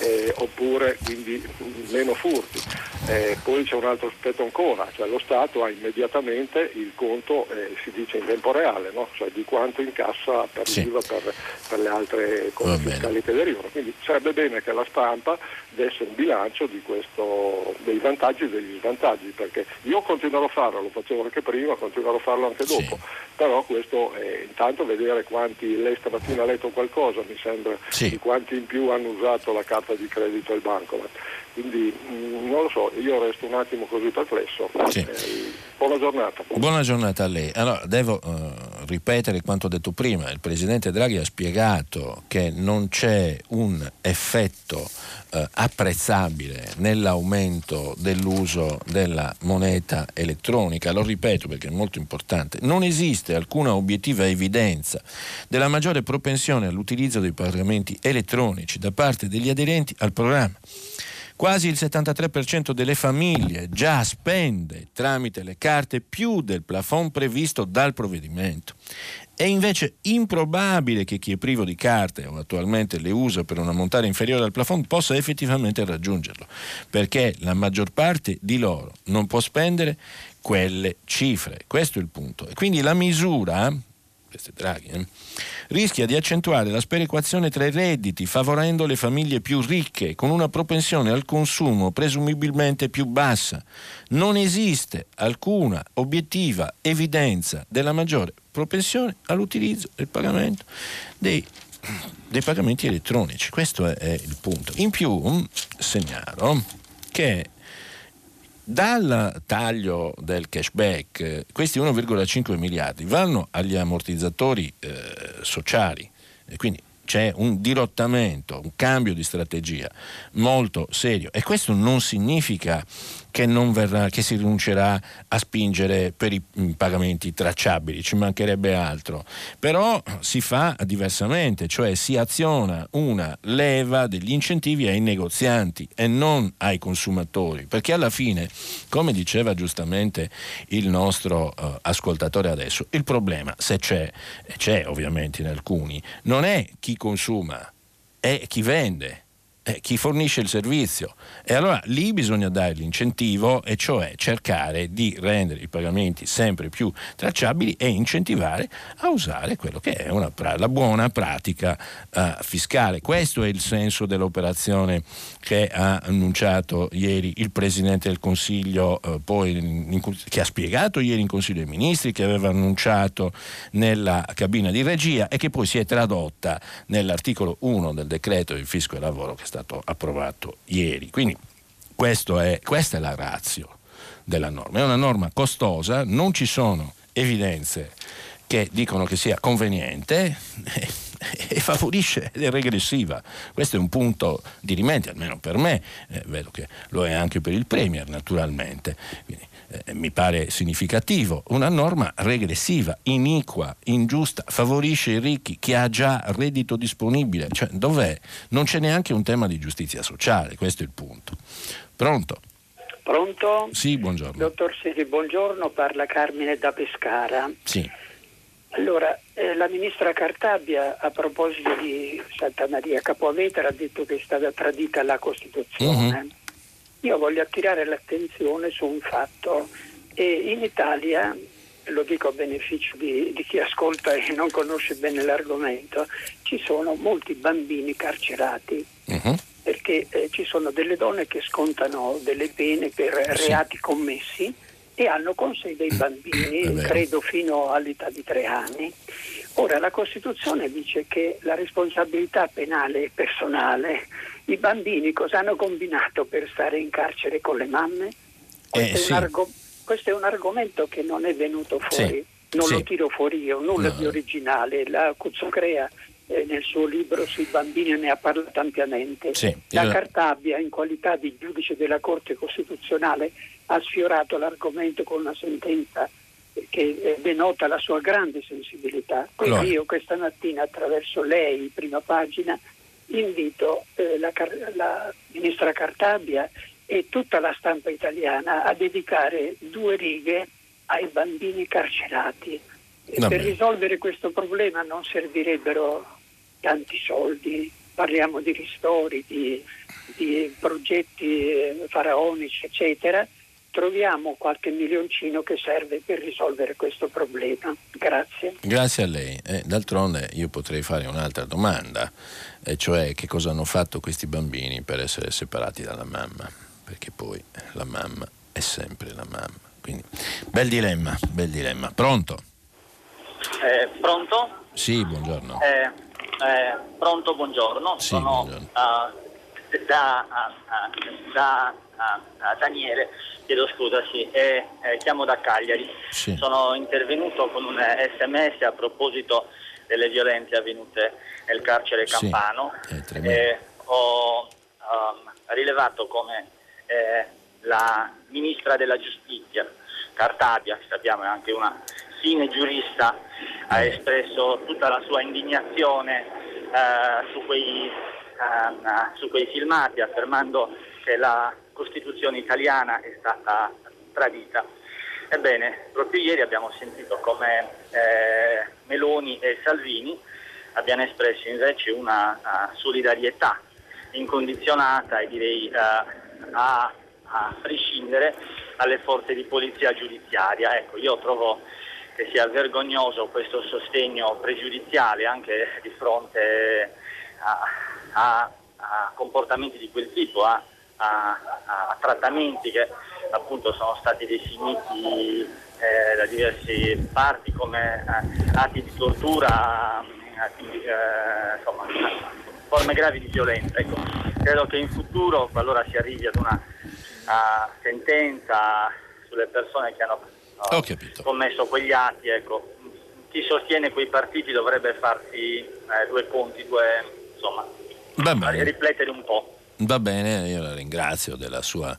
oppure quindi meno furti. Poi c'è un altro aspetto ancora, cioè lo Stato ha immediatamente il conto, si dice in tempo reale, no? Cioè di quanto incassa per l'IVA, per le altre cose fiscali che derivano. Quindi sarebbe bene che la stampa desse un bilancio di questo, dei vantaggi e degli svantaggi, perché io continuerò a farlo, lo facevo anche prima, continuerò a farlo anche dopo, però questo intanto vedere quanti, lei stamattina ha letto qualcosa mi sembra, di quanti in più hanno usato la carta di credito e il bancomat, quindi non lo so, io resto un attimo così perplesso. Buona giornata. Buona giornata a lei. Allora, devo ripetere quanto detto prima. Il Presidente Draghi ha spiegato che non c'è un effetto apprezzabile nell'aumento dell'uso della moneta elettronica. Lo ripeto perché è molto importante: non esiste alcuna obiettiva evidenza della maggiore propensione all'utilizzo dei pagamenti elettronici da parte degli aderenti al programma. Quasi il 73% delle famiglie già spende tramite le carte più del plafond previsto dal provvedimento. È invece improbabile che chi è privo di carte o attualmente le usa per un ammontare inferiore al plafond possa effettivamente raggiungerlo, perché la maggior parte di loro non può spendere quelle cifre. Questo è il punto. E quindi la misura, questo è Draghi, rischia di accentuare la sperequazione tra i redditi, favorendo le famiglie più ricche con una propensione al consumo presumibilmente più bassa. Non esiste alcuna obiettiva evidenza della maggiore propensione all'utilizzo del pagamento dei pagamenti elettronici. Questo è il punto. In più segnalo che dal taglio del cashback questi 1,5 miliardi vanno agli ammortizzatori sociali, e quindi c'è un dirottamento, un cambio di strategia molto serio, e questo non significa che si rinuncerà a spingere per i pagamenti tracciabili, ci mancherebbe altro, però si fa diversamente, cioè si aziona una leva degli incentivi ai negozianti e non ai consumatori, perché alla fine, come diceva giustamente il nostro ascoltatore adesso, il problema, se c'è ovviamente in alcuni, non è chi consuma, è chi vende, chi fornisce il servizio, e allora lì bisogna dare l'incentivo, e cioè cercare di rendere i pagamenti sempre più tracciabili e incentivare a usare quello che è la buona pratica fiscale. Questo è il senso dell'operazione che ha annunciato ieri il Presidente del Consiglio, che ha spiegato ieri in Consiglio dei Ministri, che aveva annunciato nella cabina di regia e che poi si è tradotta nell'articolo 1 del decreto del fisco e lavoro che è stato approvato ieri. Quindi questa è la ratio della norma. È una norma costosa, non ci sono evidenze che dicono che sia conveniente e favorisce ed è regressiva. Questo è un punto di rimente, almeno per me, vedo che lo è anche per il Premier naturalmente. Quindi, mi pare significativo, una norma regressiva, iniqua, ingiusta, favorisce i ricchi, chi ha già reddito disponibile, cioè dov'è? Non c'è neanche un tema di giustizia sociale, questo è il punto. Pronto? Pronto? Sì, buongiorno. Dottor Seghi, buongiorno, parla Carmine da Pescara. Sì. Allora, la ministra Cartabia, a proposito di Santa Maria Capovetere, ha detto che è stata tradita la Costituzione. Uh-huh. Io voglio attirare l'attenzione su un fatto. In Italia, lo dico a beneficio di chi ascolta e non conosce bene l'argomento, ci sono molti bambini carcerati, perché ci sono delle donne che scontano delle pene per reati commessi e hanno con sé dei bambini, credo fino all'età di 3 anni. Ora, la Costituzione dice che la responsabilità penale è personale. I bambini cosa hanno combinato per stare in carcere con le mamme? Questo è un argomento che non è venuto fuori, lo tiro fuori io, nulla di originale. La Cuzzocrea nel suo libro sui bambini ne ha parlato ampiamente. La Cartabia, in qualità di giudice della Corte Costituzionale, ha sfiorato l'argomento con una sentenza che denota la sua grande sensibilità. Quindi io questa mattina, attraverso lei, prima pagina, invito la ministra Cartabia e tutta la stampa italiana a dedicare 2 righe ai bambini carcerati. Per risolvere questo problema non servirebbero tanti soldi, parliamo di ristori, di progetti faraonici, eccetera. Troviamo qualche milioncino che serve per risolvere questo problema. Grazie. Grazie a lei. D'altronde io potrei fare un'altra domanda, cioè che cosa hanno fatto questi bambini per essere separati dalla mamma? Perché poi la mamma è sempre la mamma. Quindi bel dilemma. Pronto? Pronto? Sì, buongiorno. Pronto, buongiorno. Sì, sono buongiorno. Daniele, chiedo scusa, chiamo da Cagliari. Sì. Sono intervenuto con un SMS a proposito delle violenze avvenute nel carcere campano. Ho rilevato come la ministra della giustizia Cartabia, che sappiamo è anche una fine giurista, ha espresso tutta la sua indignazione su quei filmati, affermando che la Costituzione italiana è stata tradita. Ebbene, proprio ieri abbiamo sentito come Meloni e Salvini abbiano espresso invece una solidarietà incondizionata e direi a prescindere alle forze di polizia giudiziaria. Ecco, io trovo che sia vergognoso questo sostegno pregiudiziale anche di fronte a comportamenti di quel tipo, a trattamenti che appunto sono stati definiti da diverse parti come atti di tortura, insomma, forme gravi di violenza. Ecco, credo che in futuro, qualora si arrivi ad una sentenza sulle persone che hanno commesso quegli atti, ecco, chi sostiene quei partiti dovrebbe farsi due conti, insomma, riflettere un po'. Va bene, io la ringrazio della sua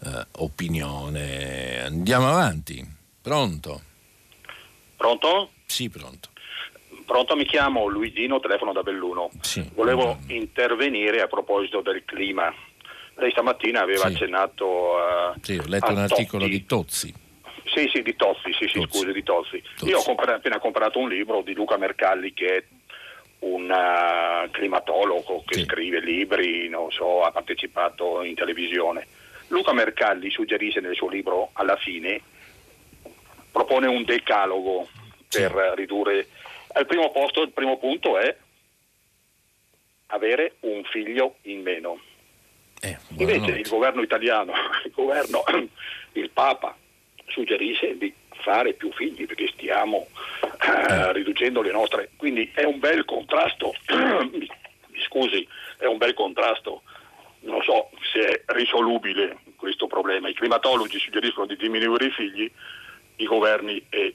opinione. Andiamo avanti. Pronto? Pronto? Sì, pronto. Pronto, mi chiamo Luigino, telefono da Belluno. Sì. Volevo intervenire a proposito del clima. Lei stamattina aveva accennato sì, ho letto un articolo di Tozzi. Sì, di Tozzi, scusi, di Tozzi. Io ho appena comprato un libro di Luca Mercalli, che è un climatologo che scrive libri, non so, ha partecipato in televisione. Luca Mercalli suggerisce nel suo libro, alla fine, propone un decalogo per ridurre. Il primo punto è avere un figlio in meno. Invece il governo italiano, il Papa suggerisce di fare più figli perché stiamo riducendo le nostre, quindi è un bel contrasto. Scusi, è un bel contrasto. Non so se è risolubile questo problema. I climatologi suggeriscono di diminuire i figli, i governi e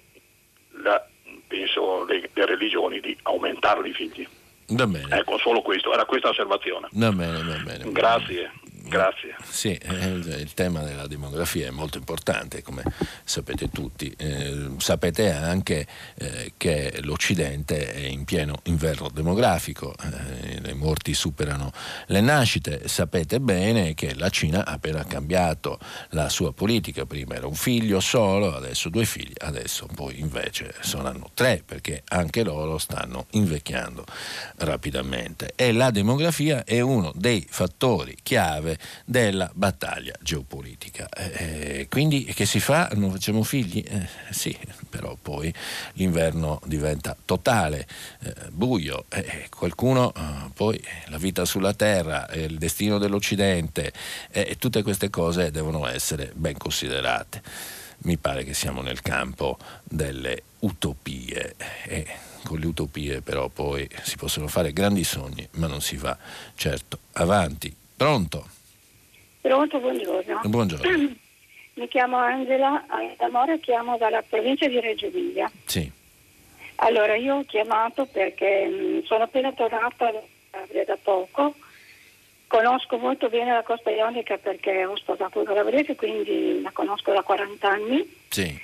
penso le religioni di aumentare i figli. Va bene. Ecco, solo questo, era questa osservazione. Va bene. Grazie. Sì, il tema della demografia è molto importante, come sapete tutti. Sapete anche che l'Occidente è in pieno inverno demografico, le morti superano le nascite. Sapete bene che la Cina ha appena cambiato la sua politica, prima era un figlio solo, adesso 2 figli, adesso poi invece saranno 3, perché anche loro stanno invecchiando rapidamente, e la demografia è uno dei fattori chiave della battaglia geopolitica. Quindi che si fa? Non facciamo figli? Sì, però poi l'inverno diventa totale, buio, qualcuno poi la vita sulla Terra, il destino dell'Occidente, tutte queste cose devono essere ben considerate. Mi pare che siamo nel campo delle utopie, e con le utopie però poi si possono fare grandi sogni, ma non si va certo avanti. Pronto, buongiorno. Buongiorno. Mi chiamo Angela Mora, chiamo dalla provincia di Reggio Emilia. Sì. Allora, io ho chiamato perché sono appena tornata da poco, conosco molto bene la costa ionica perché ho sposato un calabrese, quindi la conosco da 40 anni. Sì.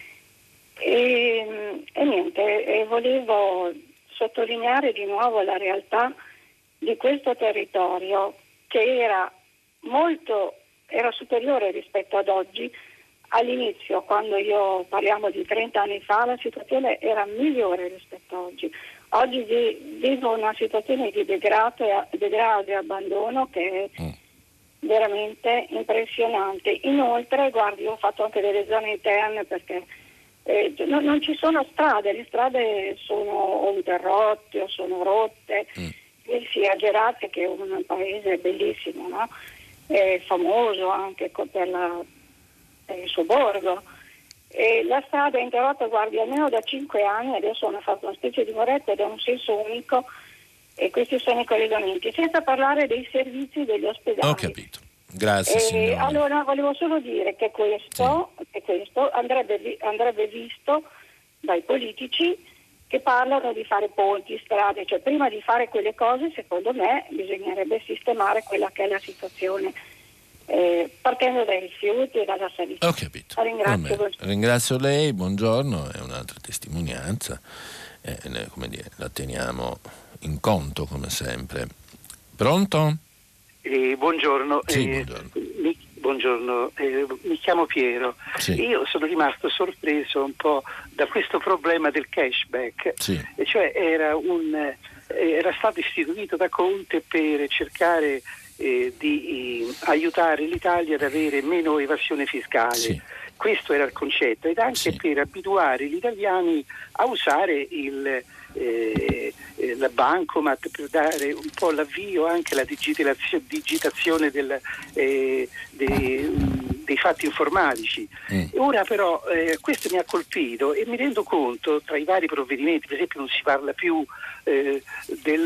E niente, volevo sottolineare di nuovo la realtà di questo territorio, che era superiore rispetto ad oggi. All'inizio, quando parliamo di 30 anni fa, la situazione era migliore rispetto a oggi. Oggi vivo una situazione di degrado e abbandono che è veramente impressionante. Inoltre, guardi, ho fatto anche delle zone interne perché non ci sono strade, le strade sono o interrotte o sono rotte. Sia Gerate, che è un paese bellissimo, no? È famoso anche per il suo borgo. E la strada è interrotta, guardi, almeno da 5 anni, adesso hanno fatto una specie di muretta ed è un senso unico, e questi sono i collegamenti, senza parlare dei servizi degli ospedali. Ho capito, grazie signora. Allora volevo solo dire che questo andrebbe visto dai politici che parlano di fare ponti, strade, cioè prima di fare quelle cose secondo me bisognerebbe sistemare quella che è la situazione, partendo dai rifiuti e dalla sanità. Ho capito. Ringrazio lei, buongiorno, è un'altra testimonianza, come dire, la teniamo in conto come sempre. Pronto? Buongiorno. Sì, buongiorno. buongiorno, mi chiamo Piero. Sì. Io sono rimasto sorpreso un po' da questo problema del cashback, e cioè era stato istituito da Conte per cercare di aiutare l'Italia ad avere meno evasione fiscale. Sì. Questo era il concetto, ed anche per abituare gli italiani a usare la bancomat, per dare un po' l'avvio anche alla digitazione dei fatti informatici. Ora però questo mi ha colpito, e mi rendo conto, tra i vari provvedimenti, per esempio non si parla più del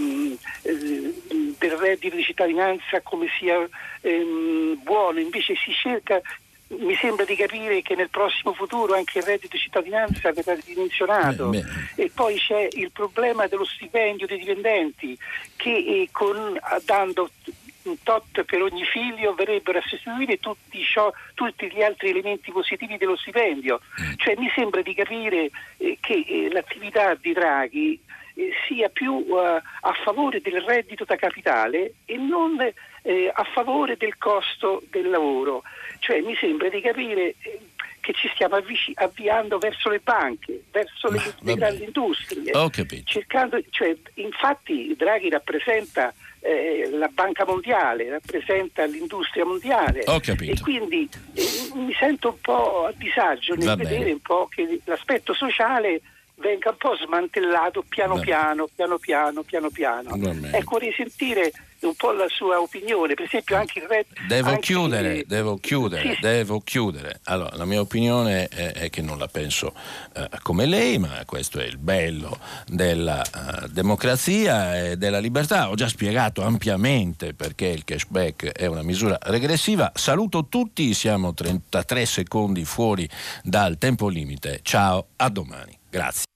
reddito di cittadinanza come sia buono, invece si cerca, mi sembra di capire che nel prossimo futuro anche il reddito di cittadinanza verrà ridimensionato. E poi c'è il problema dello stipendio dei dipendenti, che dando un tot per ogni figlio verrebbero a sostituire tutti gli altri elementi positivi dello stipendio. Cioè mi sembra di capire che l'attività di Draghi sia più a favore del reddito da capitale e non a favore del costo del lavoro. Cioè mi sembra di capire che ci stiamo avviando verso le banche, verso le grandi industrie. Ho capito. Infatti Draghi rappresenta la Banca Mondiale, rappresenta l'industria mondiale. Ho capito. E quindi mi sento un po' a disagio nel vedere un po' che l'aspetto sociale venga un po' smantellato piano piano. Ecco, vorrei sentire un po' la sua opinione, per esempio anche il Devo chiudere. Allora, la mia opinione è che non la penso come lei, ma questo è il bello della democrazia e della libertà. Ho già spiegato ampiamente perché il cashback è una misura regressiva. Saluto tutti, siamo 33 secondi fuori dal tempo limite. Ciao, a domani. Grazie.